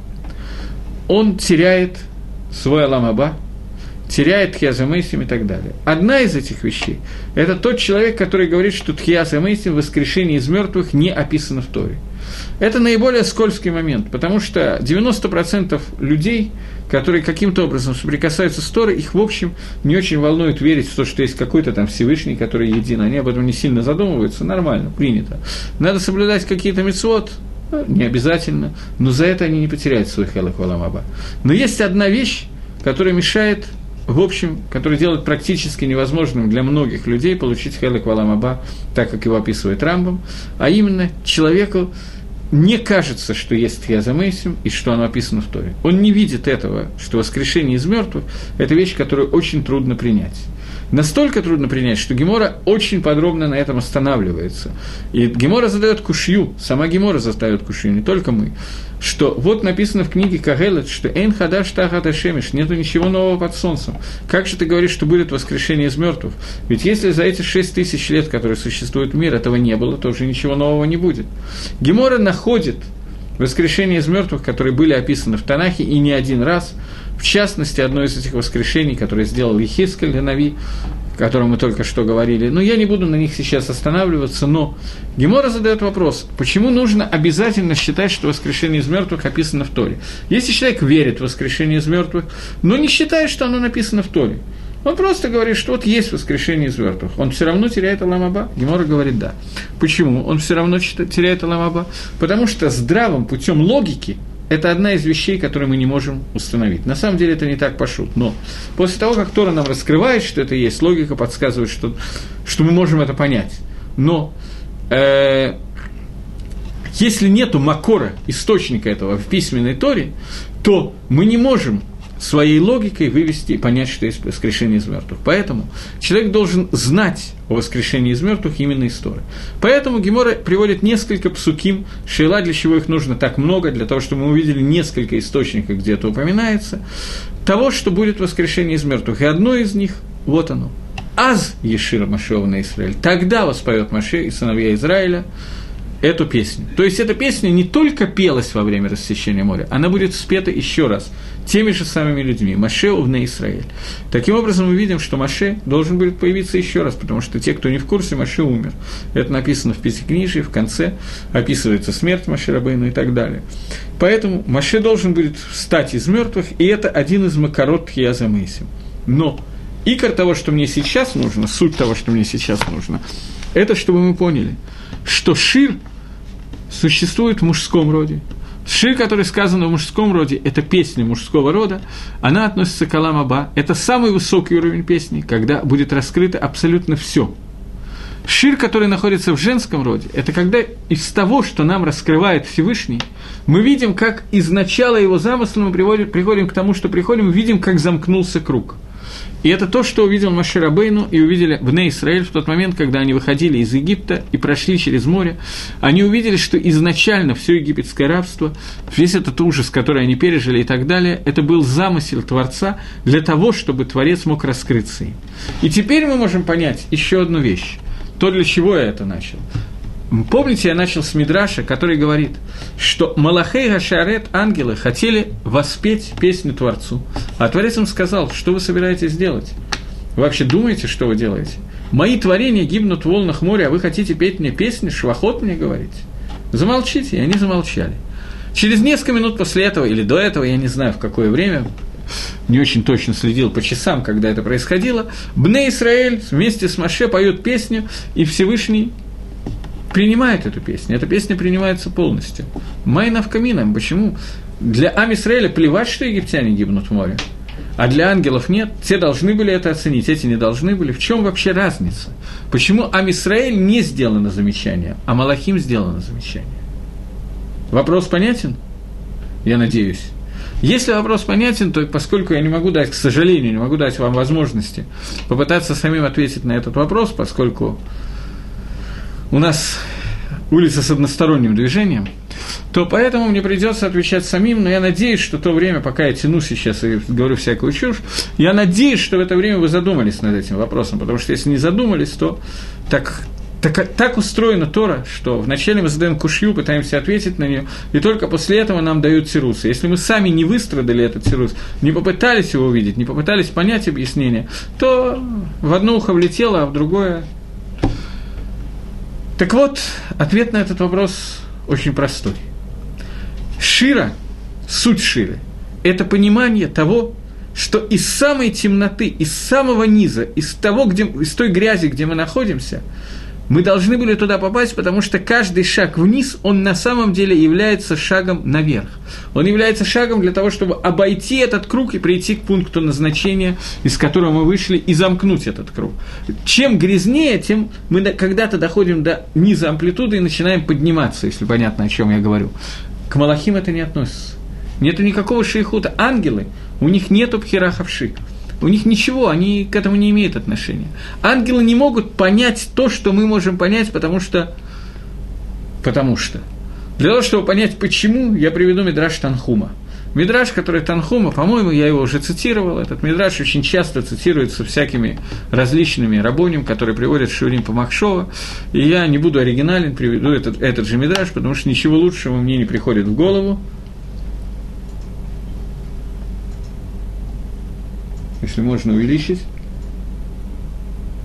он теряет свой Алам Аба, теряет Тхия Замейсим и так далее. Одна из этих вещей – это тот человек, который говорит, что Тхия Замейсим, воскрешение из мертвых, не описано в Торе. Это наиболее скользкий момент, потому что 90% людей, которые каким-то образом соприкасаются с Торой, их, в общем, не очень волнует верить в то, что есть какой-то там Всевышний, который един. Они об этом не сильно задумываются, нормально, принято. Надо соблюдать какие-то мицвот, не обязательно, но за это они не потеряют свой хелек в Алам Аба. Но есть одна вещь, которая мешает, в общем, который делает практически невозможным для многих людей получить хелек в Алам Аба, так как его описывает Рамбам, а именно человеку не кажется, что есть Тхия Замейсим и что оно описано в Торе. Он не видит этого, что воскрешение из мертвых – это вещь, которую очень трудно принять. Настолько трудно принять, что Гемора очень подробно на этом останавливается. И Гемора задает кушью, сама Гемора задает кушью, не только мы, что вот написано в книге Кагелет, что «Эйн хадаш тахат ашемиш», нету ничего нового под солнцем. Как же ты говоришь, что будет воскрешение из мертвых? Ведь если за эти 6000 лет, которые существует мир, этого не было, то уже ничего нового не будет. Гемора находит воскрешения из мертвых, которые были описаны в Танахе, и не один раз. В частности, одно из этих воскрешений, которое сделал Йехескель Нави, котором мы только что говорили. Но я не буду на них сейчас останавливаться, но Гемора задает вопрос, почему нужно обязательно считать, что воскрешение из мертвых описано в Торе? Если человек верит в воскрешение из мертвых, но не считает, что оно написано в Торе, он просто говорит, что вот есть воскрешение из мертвых, он все равно теряет Олам Аба? Гемора говорит, да. Почему он все равно теряет Олам Аба? Потому что здравым путем логики это одна из вещей, которые мы не можем установить. На самом деле это не так пашут, но после того, как Тора нам раскрывает, что это есть, логика подсказывает, что мы можем это понять. Но если нету макора, источника этого в письменной Торе, то мы не можем своей логикой вывести и понять, что есть воскрешение из мертвых. Поэтому человек должен знать о воскрешении из мертвых именно из Торы. Поэтому Гемора приводит несколько псуким, шейла, для чего их нужно так много, для того, чтобы мы увидели несколько источников, где это упоминается, того, что будет воскрешение из мертвых. И одно из них, вот оно. «Аз ешира Машева на Исраэль». Тогда воспоет Маше и сыновья Израиля эту песню. То есть эта песня не только пелась во время рассечения моря, она будет спета еще раз теми же самыми людьми, Маше увне Исраэль. Таким образом, мы видим, что Маше должен будет появиться еще раз, потому что те, кто не в курсе, Маше умер. Это написано в Пятикнижии, в конце описывается смерть Моше Рабейну и так далее. Поэтому Маше должен будет встать из мертвых, и это один из макарот Тхия Мейсим. Но икор того, что мне сейчас нужно, суть того, что мне сейчас нужно, это чтобы мы поняли, что шир существует в мужском роде. Шир, который сказано в мужском роде, это песня мужского рода, она относится к Олам Аба. Это самый высокий уровень песни, когда будет раскрыто абсолютно все. Шир, который находится в женском роде, это когда из того, что нам раскрывает Всевышний, мы видим, как из начала его замысла мы приходим к тому, что приходим, видим, как замкнулся круг. И это то, что увидел Моше Рабейну и увидели Бней Исраэль в тот момент, когда они выходили из Египта и прошли через море. Они увидели, что изначально все египетское рабство, весь этот ужас, который они пережили и так далее, это был замысел Творца для того, чтобы Творец мог раскрыться им. И теперь мы можем понять еще одну вещь. То, для чего я это начал. Помните, я начал с Мидраша, который говорит, что Малахей Гашарет, ангелы, хотели воспеть песню Творцу. А Творец им сказал, что вы собираетесь делать? Вы вообще думаете, что вы делаете? Мои творения гибнут в волнах моря, а вы хотите петь мне песни, швахот мне говорите? Замолчите, и они замолчали. Через несколько минут после этого, или до этого, я не знаю, в какое время, не очень точно следил по часам, когда это происходило, Бней Исраэль вместе с Моше поют песню, и Всевышний принимает эту песню. Эта песня принимается полностью. Майнав камином. Почему? Для Ам Исраэля плевать, что египтяне гибнут в море. А для ангелов нет. Те должны были это оценить, эти не должны были. В чем вообще разница? Почему Ам Исраэль не сделано замечание, а Малахим сделано замечание? Вопрос понятен? Я надеюсь. Если вопрос понятен, то поскольку я не могу дать, к сожалению, не могу дать вам возможности попытаться самим ответить на этот вопрос, поскольку у нас улица с односторонним движением, то поэтому мне придется отвечать самим, но я надеюсь, что то время, пока я тяну сейчас и говорю всякую чушь, я надеюсь, что в это время вы задумались над этим вопросом, потому что если не задумались, то так устроена Тора, что вначале мы задаем кушью, пытаемся ответить на нее, и только после этого нам дают тирусы. Если мы сами не выстрадали этот тирус, не попытались его увидеть, не попытались понять объяснение, то в одно ухо влетело, а в другое. Так вот, ответ на этот вопрос очень простой. Шира, суть ширы, это понимание того, что из самой темноты, из самого низа, из той грязи, где мы находимся, мы должны были туда попасть, потому что каждый шаг вниз, он на самом деле является шагом наверх. Он является шагом для того, чтобы обойти этот круг и прийти к пункту назначения, из которого мы вышли, и замкнуть этот круг. Чем грязнее, тем мы когда-то доходим до низа амплитуды и начинаем подниматься, если понятно, о чем я говорю. К Малахим это не относится. Нету никакого шейхута. Ангелы, у них нету пхирахавши. У них ничего, они к этому не имеют отношения. Ангелы не могут понять то, что мы можем понять, потому что. Для того, чтобы понять, почему, я приведу Мидраш Танхума. Мидраш, который Танхума, по-моему, я его уже цитировал, этот Мидраш очень часто цитируется всякими различными рабоним, которые приводят Шиурим по Махшова, и я не буду оригинален, приведу этот же Мидраш, потому что ничего лучшего мне не приходит в голову. Если можно увеличить.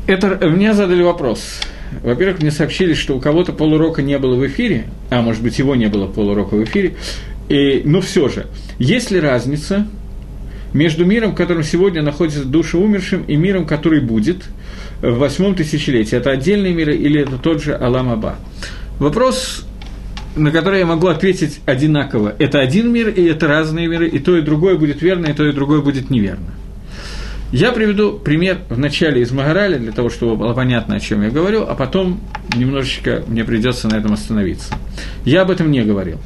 Мне задали вопрос. Во-первых, мне сообщили, что у кого-то полурока не было в эфире, а может быть, его не было полурока в эфире, но все же, есть ли разница между миром, в котором сегодня находится душа умершим, и миром, который будет в 8-м тысячелетии? Это отдельные миры или это тот же Алам Аба? Вопрос, на который я могу ответить одинаково. Это один мир, и это разные миры, и то, и другое будет верно, и то, и другое будет неверно. Я приведу пример в начале из Магараля, для того, чтобы было понятно, о чем я говорю, а потом немножечко мне придется на этом остановиться. Я об этом не говорил.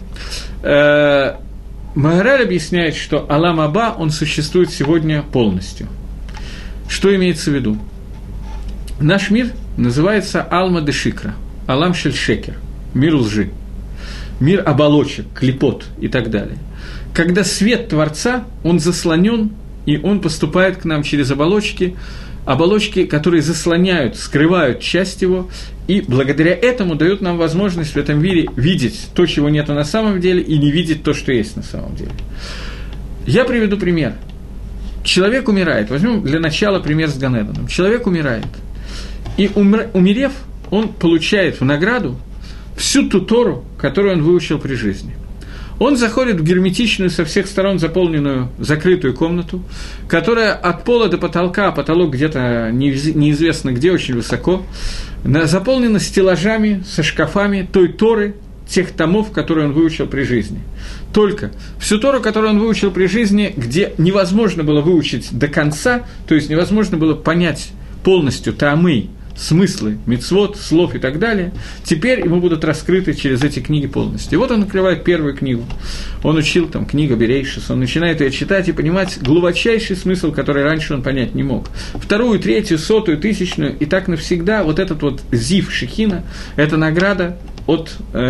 Магараль объясняет, что Алам Аба, он существует сегодня полностью. Что имеется в виду? Наш мир называется Алма де Шикра, Алам Шель Шекер, мир лжи, мир оболочек, клипот и так далее. Когда свет Творца, он заслонен, и он поступает к нам через оболочки, которые заслоняют, скрывают часть его, и благодаря этому дают нам возможность в этом мире видеть то, чего нет на самом деле, и не видеть то, что есть на самом деле. Я приведу пример. Человек умирает. Возьмем для начала пример с Ган Эденом. Человек умирает. И умерев, он получает в награду всю ту Тору, которую он выучил при жизни. Он заходит в герметичную, со всех сторон заполненную, закрытую комнату, которая от пола до потолка, а потолок где-то неизвестно где, очень высоко, заполнена стеллажами, со шкафами той Торы, тех томов, которые он выучил при жизни. Только всю Тору, которую он выучил при жизни, где невозможно было выучить до конца, то есть невозможно было понять полностью таамы, смыслы, мицвот, слов и так далее, теперь ему будут раскрыты через эти книги полностью. И вот он открывает первую книгу. Он учил, там, книга Берейшис, он начинает ее читать и понимать глубочайший смысл, который раньше он понять не мог. Вторую, третью, 100-ю, 1000-ю, и так навсегда вот этот вот зив Шехина, это награда от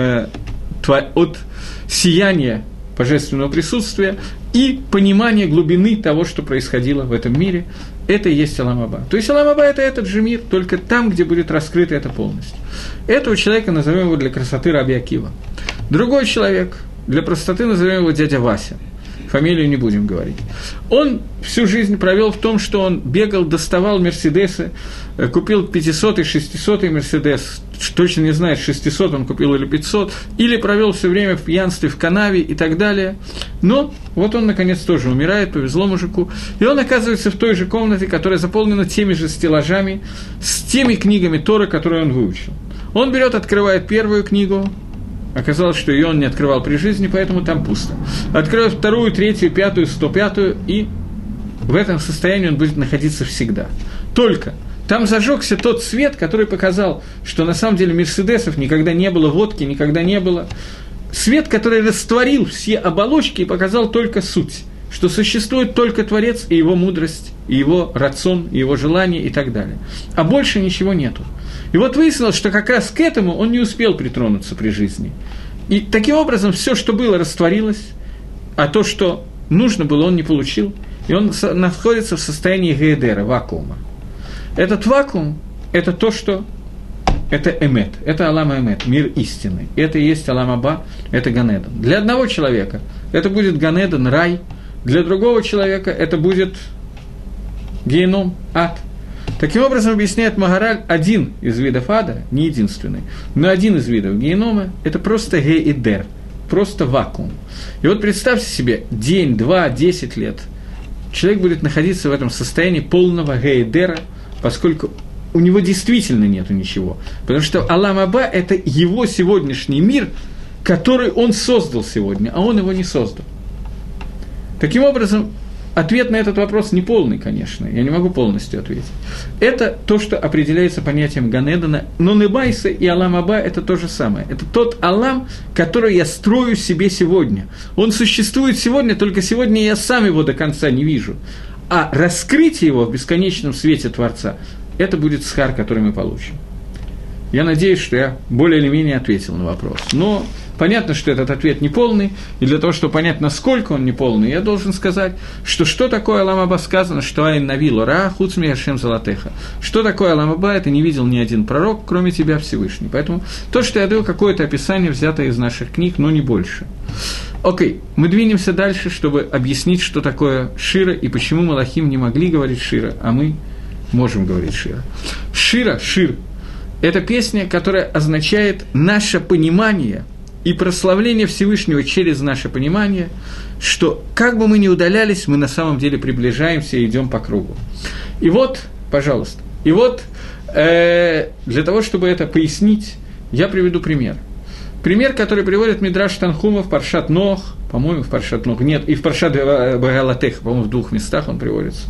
сияния божественного присутствия и понимания глубины того, что происходило в этом мире. Это и есть Алам Аба. То есть Алам Аба – это этот же мир, только там, где будет раскрыто это полностью. Этого человека назовем его для красоты Раби Акива. Другой человек, для простоты назовем его дядя Вася. Фамилию не будем говорить. Он всю жизнь провел в том, что он бегал, доставал Мерседесы, купил 500-й, 600-й Мерседес, точно не знает, 600 он купил или 500, или провел все время в пьянстве, в канаве и так далее. Но вот он, наконец, тоже умирает, повезло мужику, и он оказывается в той же комнате, которая заполнена теми же стеллажами, с теми книгами Торы, которые он выучил. Он берет, открывает первую книгу. Оказалось, что ее он не открывал при жизни, поэтому там пусто. Откроет вторую, третью, пятую, 105-ю, и в этом состоянии он будет находиться всегда. Только там зажегся тот свет, который показал, что на самом деле Мерседесов никогда не было, водки никогда не было. Свет, который растворил все оболочки и показал только суть, что существует только Творец и его мудрость, и его рацион, и его желание и так далее. А больше ничего нету. И вот выяснилось, что как раз к этому он не успел притронуться при жизни. И таким образом все, что было, растворилось, а то, что нужно было, он не получил. И он находится в состоянии гейдера, вакуума. Этот вакуум – это то, что… Это эмет, это Алам Эмет, мир истины. Это и есть Алам Аба, это Ган Эден. Для одного человека это будет Ган Эден, рай. Для другого человека это будет геном, ад. Таким образом, объясняет Магараль, один из видов ада, не единственный, но один из видов генома – это просто гейдер, просто вакуум. И вот представьте себе, день, 2, 10 лет, человек будет находиться в этом состоянии полного гейдера, поскольку у него действительно нету ничего. Потому что Алам Аба – это его сегодняшний мир, который он создал сегодня, а он его не создал. Таким образом, ответ на этот вопрос не полный, конечно, я не могу полностью ответить. Это то, что определяется понятием Ган Эдена, но Небайса и Алам Аба – это то же самое. Это тот Алам, который я строю себе сегодня. Он существует сегодня, только сегодня я сам его до конца не вижу. А раскрытие его в бесконечном свете Творца – это будет схар, который мы получим. Я надеюсь, что я более или менее ответил на вопрос. Но понятно, что этот ответ неполный, и для того, чтобы понять, насколько он неполный, я должен сказать, что такое Алам Аба сказано, что Айн Навилу Ра Хуцми Ашем Залатеха. Что такое Алам Аба, это не видел ни один пророк, кроме тебя, Всевышний. Поэтому то, что я даю, какое-то описание, взятое из наших книг, но не больше. Окей, мы двинемся дальше, чтобы объяснить, что такое Шира, и почему Малахим не могли говорить Шира, а мы можем говорить шира. Шир – это песня, которая означает наше понимание и прославление Всевышнего через наше понимание, что как бы мы ни удалялись, мы на самом деле приближаемся и идем по кругу. И вот, пожалуйста, для того, чтобы это пояснить, я приведу пример. Пример, который приводит Мидраш Танхума в Паршат Нох, по-моему, в Паршат Нох, нет, и в Паршат Галатех, по-моему, в 2 местах он приводится.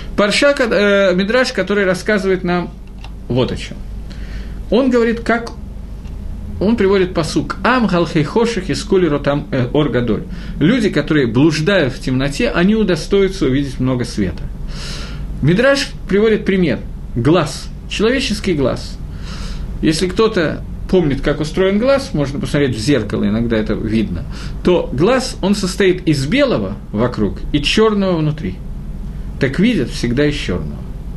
Мидраш, который рассказывает нам вот о чем. Он говорит, как он приводит пасук «Ам галхей хоших и скули ротам ор гадоль». Люди, которые блуждают в темноте, они удостоятся увидеть много света. Мидраш приводит пример. Глаз, человеческий глаз. Если кто-то помнит, как устроен глаз, можно посмотреть в зеркало, иногда это видно, то глаз, он состоит из белого вокруг и черного внутри. Так видят всегда из черного.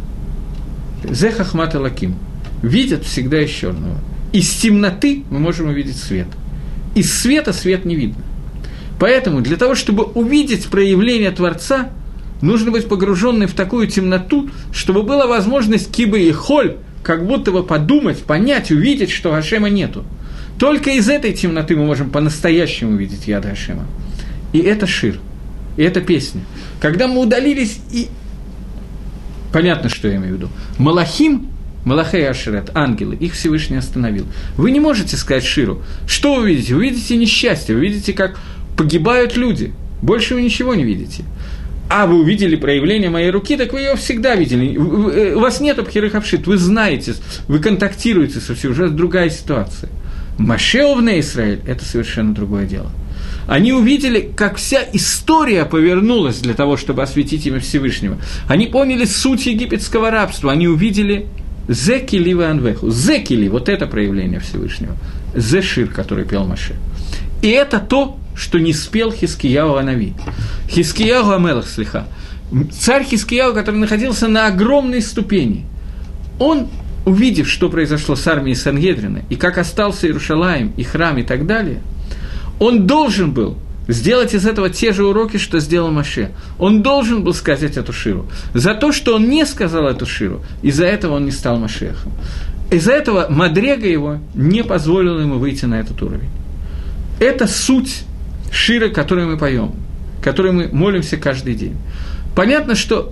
Зе хахмат элоким. Видят всегда из черного. Из темноты мы можем увидеть свет. Из света свет не видно. Поэтому для того, чтобы увидеть проявление Творца, нужно быть погруженным в такую темноту, чтобы была возможность кибы и холь, как будто бы подумать, понять, увидеть, что Гашема нету. Только из этой темноты мы можем по-настоящему увидеть яд Гашема. И это шир, и это песня. Когда мы удалились, и понятно, что я имею в виду. Малахим, Малахей Ашерет, ангелы, их Всевышний остановил. Вы не можете сказать ширу. Что вы видите? Вы видите несчастье, вы видите, как погибают люди. Больше вы ничего не видите. А вы увидели проявление моей руки, так вы ее всегда видели. У вас нет абхирых обшит, вы знаете, вы контактируете со всем, уже другая ситуация. Машеовне Израиль – это совершенно другое дело. Они увидели, как вся история повернулась для того, чтобы осветить имя Всевышнего. Они поняли суть египетского рабства, они увидели «Зекили ванвеху», «Зекили» – вот это проявление Всевышнего, «Зешир», который пел Моше. И это то, что не спел Хискияу Анави. Хискияу Амелах, слиха. Царь Хискияу, который находился на огромной ступени, он, увидев, что произошло с армией Сангедрина, и как остался Иерушалаим, и храм, и так далее, он должен был сделать из этого те же уроки, что сделал Моше. Он должен был сказать эту ширу. За то, что он не сказал эту ширу, из-за этого он не стал Машехом. Из-за этого Мадрега его не позволила ему выйти на этот уровень. Это суть шира, которую мы поем, которой мы молимся каждый день. Понятно, что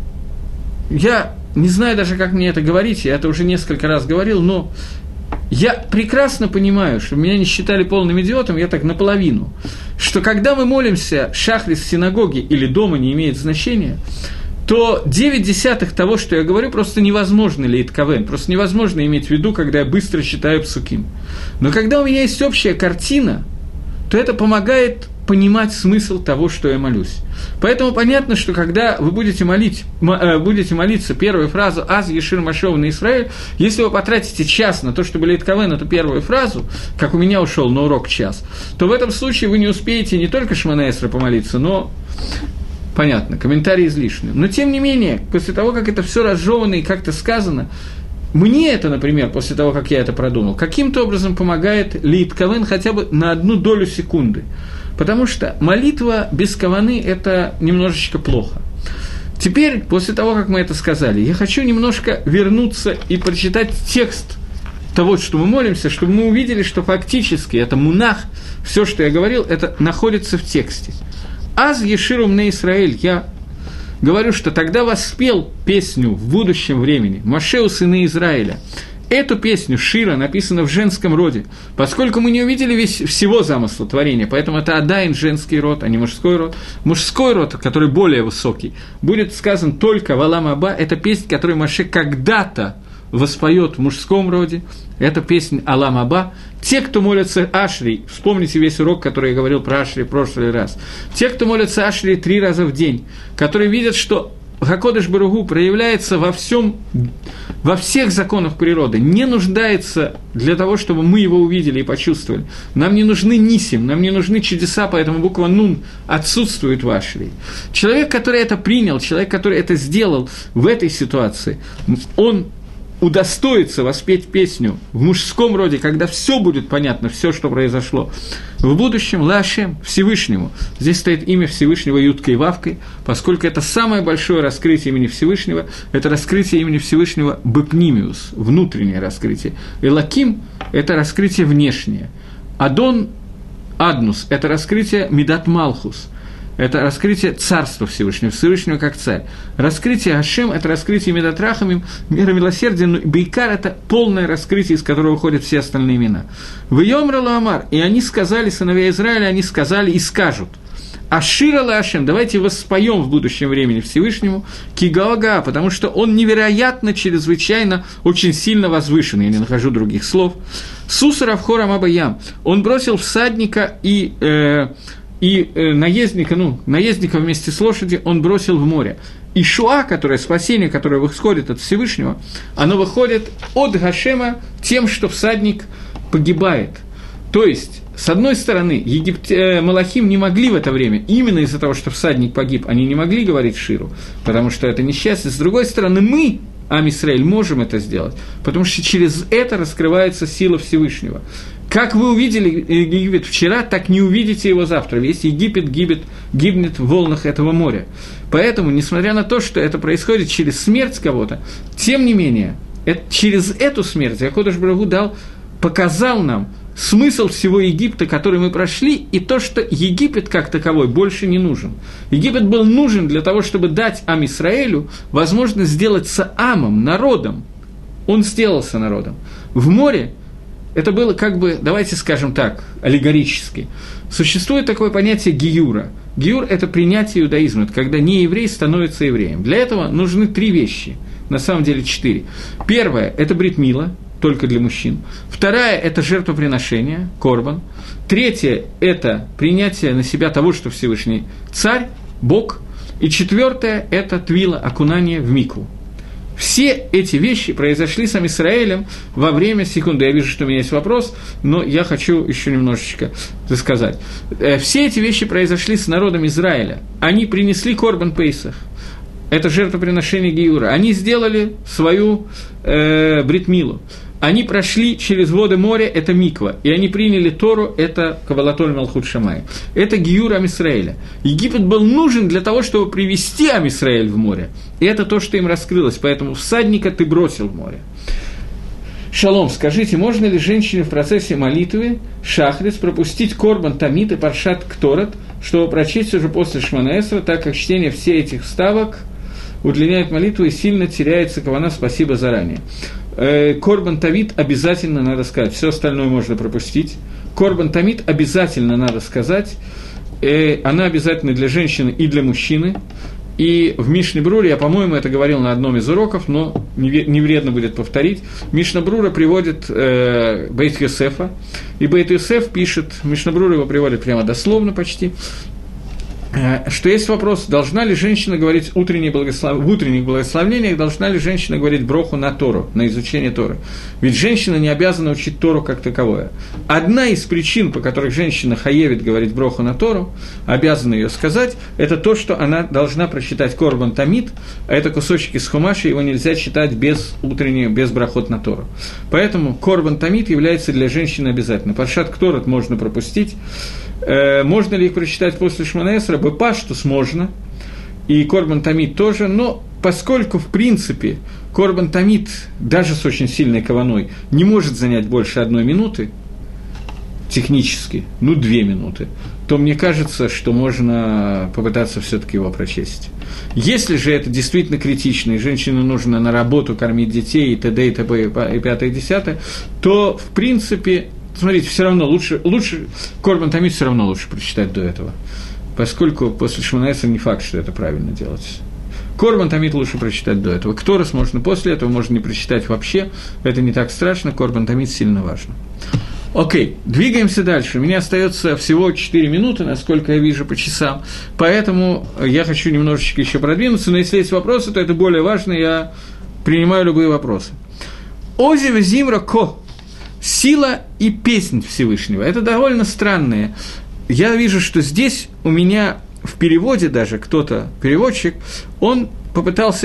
я не знаю даже, как мне это говорить, я это уже несколько раз говорил, но я прекрасно понимаю, что меня не считали полным идиотом, я так наполовину, что когда мы молимся шахрис в синагоге или дома, не имеет значения, то 9/10 того, что я говорю, просто невозможно лейтковен, просто невозможно иметь в виду, когда я быстро читаю псуким. Но когда у меня есть общая картина, то это помогает понимать смысл того, что я молюсь. Поэтому понятно, что когда вы будете молиться первую фразу «Аз Ешир Машов на Исраэль», если вы потратите час на то, чтобы лейтковен эту первую фразу, как у меня ушел на урок час, то в этом случае вы не успеете не только Шмона Эсра помолиться, но, понятно, комментарии излишние. Но тем не менее, после того, как это все разжевано и как-то сказано, мне это, например, после того, как я это продумал, каким-то образом помогает лит кавен хотя бы на 1 долю секунды. Потому что молитва без каваны – это немножечко плохо. Теперь, после того, как мы это сказали, я хочу немножко вернуться и прочитать текст того, что мы молимся, чтобы мы увидели, что фактически это мунах, все, что я говорил, это находится в тексте. «Аз еширу мне Исраэль», я говорю, что тогда воспел песню в будущем времени Моше, сыны Израиля. Эту песню, шира, написана в женском роде, поскольку мы не увидели всего замысла творения, поэтому это адайн женский род, а не мужской род. Мужской род, который более высокий, будет сказан только в Алам Аба, это песня, которую Моше когда-то воспоет в мужском роде, это песня Алам Аба. Те, кто молятся Ашри, вспомните весь урок, который я говорил про Ашри в прошлый раз, те, кто молятся Ашри 3 раза в день, которые видят, что Хакодеш Баругу проявляется во всех законах природы, не нуждается для того, чтобы мы его увидели и почувствовали. Нам не нужны нисим, нам не нужны чудеса, поэтому буква «нун» отсутствует в Ашри. Человек, который это принял, человек, который это сделал в этой ситуации, он удостоится воспеть песню в мужском роде, когда все будет понятно, все, что произошло в будущем, Лашем, Всевышнему. Здесь стоит имя Всевышнего Юткой и Вавкой, поскольку это самое большое раскрытие имени Всевышнего, это раскрытие имени Всевышнего Бепнимиус, внутреннее раскрытие. Элоким – это раскрытие внешнее. Адон Аднус – это раскрытие Мидат Малхус. Это раскрытие царства Всевышнего, Всевышнего как царь. Раскрытие Ашем – это раскрытие Медатрахамим, мира милосердия, но Бейкар – это полное раскрытие, из которого уходят все остальные имена. «Вьёмра ла-амар» – и они сказали, сыновья Израиля, они сказали и скажут. «Ашира ла-Ашем» – давайте воспоем в будущем времени Всевышнему «Кигаога», потому что он невероятно, чрезвычайно, очень сильно возвышен, я не нахожу других слов. «Суса равхора абаям» – он бросил всадника и наездника вместе с лошадью он бросил в море. И Шуа, спасение, которое выходит от Всевышнего, оно выходит от Гашема тем, что всадник погибает. То есть, с одной стороны, Малахим не могли в это время, именно из-за того, что всадник погиб, они не могли говорить Ширу, потому что это несчастье. С другой стороны, мы, Ам Исраэль, можем это сделать, потому что через это раскрывается сила Всевышнего. Как вы увидели Египет вчера, так не увидите его завтра. Весь Египет гибнет в волнах этого моря. Поэтому, несмотря на то, что это происходит через смерть кого-то, тем не менее, через эту смерть Акодыш Барух Hu показал нам смысл всего Египта, который мы прошли, и то, что Египет как таковой больше не нужен. Египет был нужен для того, чтобы дать Ам Исраэлю возможность сделаться Амом, народом. Он сделался народом. В море это было давайте скажем так, аллегорически. Существует такое понятие гиюра. Гиюр – это принятие иудаизма, это когда нееврей становится евреем. Для этого нужны 3 вещи, на самом деле 4. Первое – это брит мила, только для мужчин. Вторая – это жертвоприношение, корбан. Третье – это принятие на себя того, что Всевышний царь, Бог. И четвертое – это твила, окунание в микву. Все эти вещи произошли с Ам Исраэлем во время, секунду, я вижу, что у меня есть вопрос, но я хочу еще немножечко сказать. Все эти вещи произошли с народом Израиля. Они принесли корбан пейсах. Это жертвоприношение гиюра. Они сделали свою брит милу. Они прошли через воды моря, это миква, и они приняли Тору, это Кабалатоль Малхут Шамай. Это гиюр Ам Исраэля. Египет был нужен для того, чтобы привести Ам Исраэль в море. И это то, что им раскрылось, поэтому всадника ты бросил в море. Шалом, скажите, можно ли женщине в процессе молитвы шахрис пропустить корбан тамид и паршат кторат, чтобы прочесть уже после Шмона Эсра, так как чтение всех этих вставок удлиняет молитву и сильно теряется кавана, спасибо заранее. Корбан тамид обязательно надо сказать, все остальное можно пропустить. Корбан тамид обязательно надо сказать, она обязательна для женщины и для мужчины. И в Мишне Бруре, я, по-моему, это говорил на одном из уроков, но не вредно будет повторить, Мишна Брура приводит Бейт Йосефа, и Бейт Йосеф пишет, Мишна Брура его приводит прямо дословно почти, что есть вопрос, должна ли женщина говорить в утренних благословениях, должна ли женщина говорить броху на Тору, на изучение Торы. Ведь женщина не обязана учить Тору как таковое. Одна из причин, по которых женщина хаевит говорить броху на Тору, обязана ее сказать, это то, что она должна прочитать корбан тамид, а это кусочек из хумаши, его нельзя читать без брахот на Тору. Поэтому корбан тамид является для женщины обязательно. Паршат кторат можно пропустить. Можно ли их прочитать после Шмона Эсра? Бепаштус можно, и корбан тамид тоже, но поскольку, в принципе, корбан тамид, даже с очень сильной каваной, не может занять больше 1 минуты, технически, 2 минуты, то мне кажется, что можно попытаться все-таки его прочесть. Если же это действительно критично, и женщине нужно на работу кормить детей, и т.д., и т.п., и 5, и 10, то, в принципе, смотрите, все равно лучше корбан тамид все равно лучше прочитать до этого, поскольку после Шмона Эсра не факт, что это правильно делать. Корбан тамид лучше прочитать до этого. Кторос можно после этого, можно не прочитать вообще, это не так страшно, корбан тамид сильно важно. Окей, двигаемся дальше. У меня остается всего 4 минуты, насколько я вижу по часам, поэтому я хочу немножечко еще продвинуться, но если есть вопросы, то это более важно, я принимаю любые вопросы. Ози везимра ко. Сила и песнь Всевышнего. Это довольно странное. Я вижу, что здесь у меня в переводе даже кто-то, переводчик, он попытался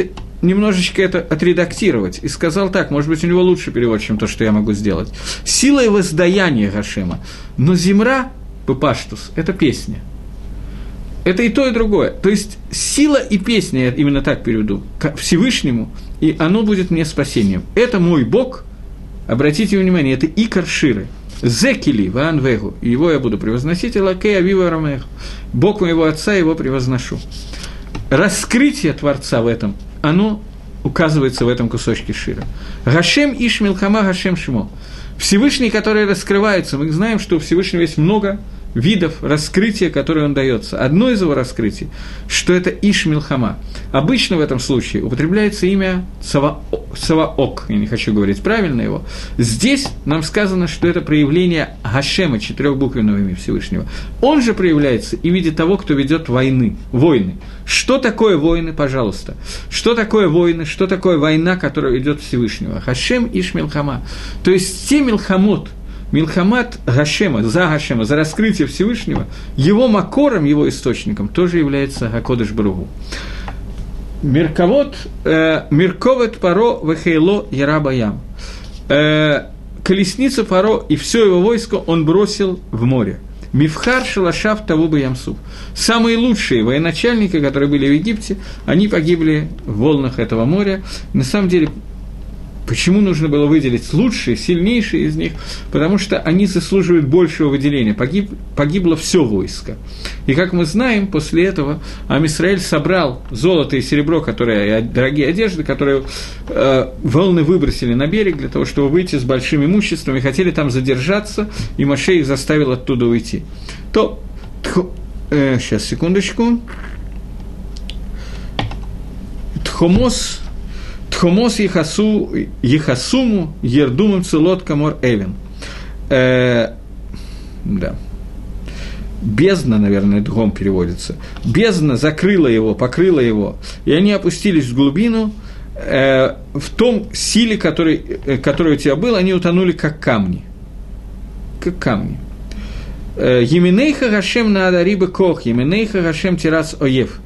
немножечко это отредактировать и сказал так, может быть, у него лучший перевод, чем то, что я могу сделать. Сила и воздаяние Гашема. Но Зимра, Паштус, это песня. Это и то, и другое. То есть сила и песня, я именно так переведу, к Всевышнему, и оно будет мне спасением. Это мой Бог, обратите внимание, это Икар Ширы. Зекили ваан вегу, его я буду превозносить, и лакей авива рамех. Бог моего отца, его превозношу. Раскрытие Творца в этом, оно указывается в этом кусочке Шира. Гашем иш милхама гашем шимо. Всевышний, который раскрывается, мы знаем, что у Всевышнего есть много видов раскрытия, которые он дается. Одно из его раскрытий, что это Иш Милхама. Обычно в этом случае употребляется имя Цаваок, я не хочу говорить правильно его. Здесь нам сказано, что это проявление Гашема, четырехбуквенного имени Всевышнего. Он же проявляется и в виде того, кто ведет войны. Что такое войны, пожалуйста? Что такое войны? Что такое война, которая ведет Всевышнего? Гашем Иш Милхама. То есть те милхамот, Милхамат Гашема, за раскрытие Всевышнего, его макором, его источником тоже является Гакодыш Баругу. Мерковет Паро Вехейло Ярабаям. Колесницу Паро и все его войско он бросил в море. Мифхар Шалашав Тавуба Ямсуф. Самые лучшие военачальники, которые были в Египте, они погибли в волнах этого моря. На самом деле, почему нужно было выделить лучшие, сильнейшие из них? Потому что они заслуживают большего выделения. Погибло все войско. И, как мы знаем, после этого Ам Исраэль собрал золото и серебро, дорогие одежды, которые волны выбросили на берег для того, чтобы выйти с большим имуществом, и хотели там задержаться, и Моше их заставил оттуда уйти. Сейчас, секундочку. Тхомос Ехасуму Ердумом Целот Камор Эвен. Да. Бездна, наверное, другом переводится. Бездна закрыла его, покрыла его, и они опустились в глубину. В том силе, который у тебя был, они утонули как камни. Как камни. Еминейха Гашем Наадариба Кох, Еминейха Гашем Тирас Оев.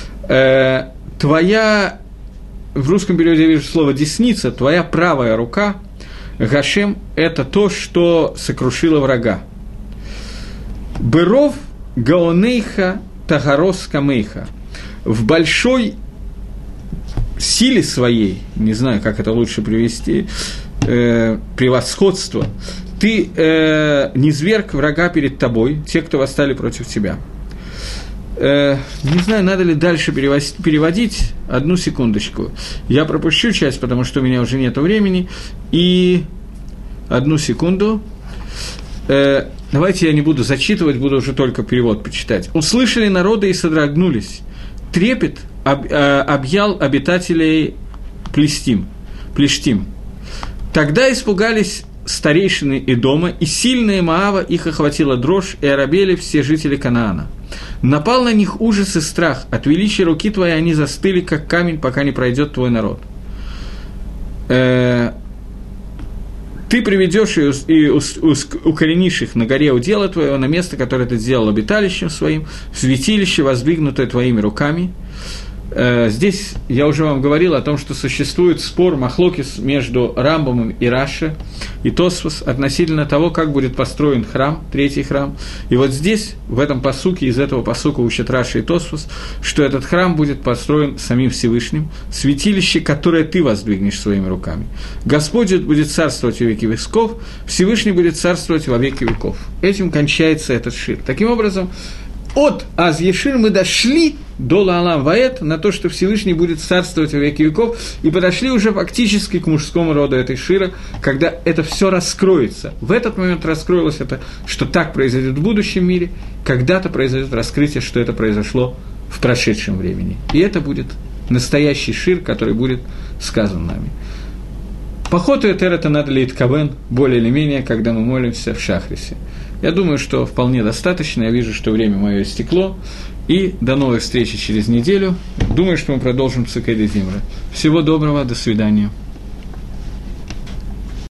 Твоя... В русском переводе я вижу слово «десница», твоя правая рука, Гашем – это то, что сокрушило врага. Быров гаонейха тагарос камейха. В большой силе своей, не знаю, как это лучше привести, превосходство, ты низвергг врага перед тобой, те, кто восстали против тебя. Не знаю, надо ли дальше переводить. Одну секундочку. Я пропущу часть, потому что у меня уже нет времени. И одну секунду. Давайте я не буду зачитывать, буду уже только перевод почитать. «Услышали народы и содрогнулись. Трепет объял обитателей Плештим. Тогда испугались старейшины Эдома, и сильные Моава, их охватила дрожь, и оробели все жители Канаана. Напал на них ужас и страх, от величия руки твоей они застыли, как камень, пока не пройдет твой народ. Ты приведешь и укоренишь их на горе удела твоего, на место, которое ты сделал обиталищем своим, в святилище, воздвигнутое твоими руками». Здесь я уже вам говорил о том, что существует спор махлокис между Рамбамом и Раши и Тосфос относительно того, как будет построен храм, третий храм. И вот здесь, в этом пасуке, из этого пасука учат Раши и Тосфос, что этот храм будет построен самим Всевышним, святилище, которое ты воздвигнешь своими руками. Господь будет царствовать во веки веков, Всевышний будет царствовать во веки веков. Этим кончается этот шир. Таким образом, от Аз-Ешир мы дошли до Лаалам Ваэт на то, что Всевышний будет царствовать во веки веков, и подошли уже фактически к мужскому роду этой шира, когда это все раскроется. В этот момент раскроилось это, что так произойдет в будущем мире, когда-то произойдет раскрытие, что это произошло в прошедшем времени. И это будет настоящий шир, который будет сказан нами. По хоту Этер это надо лейтковен, более или менее, когда мы молимся в Шахрисе. Я думаю, что вполне достаточно, я вижу, что время мое истекло, и до новых встреч через неделю. Думаю, что мы продолжим Цикель Зимра. Всего доброго, до свидания.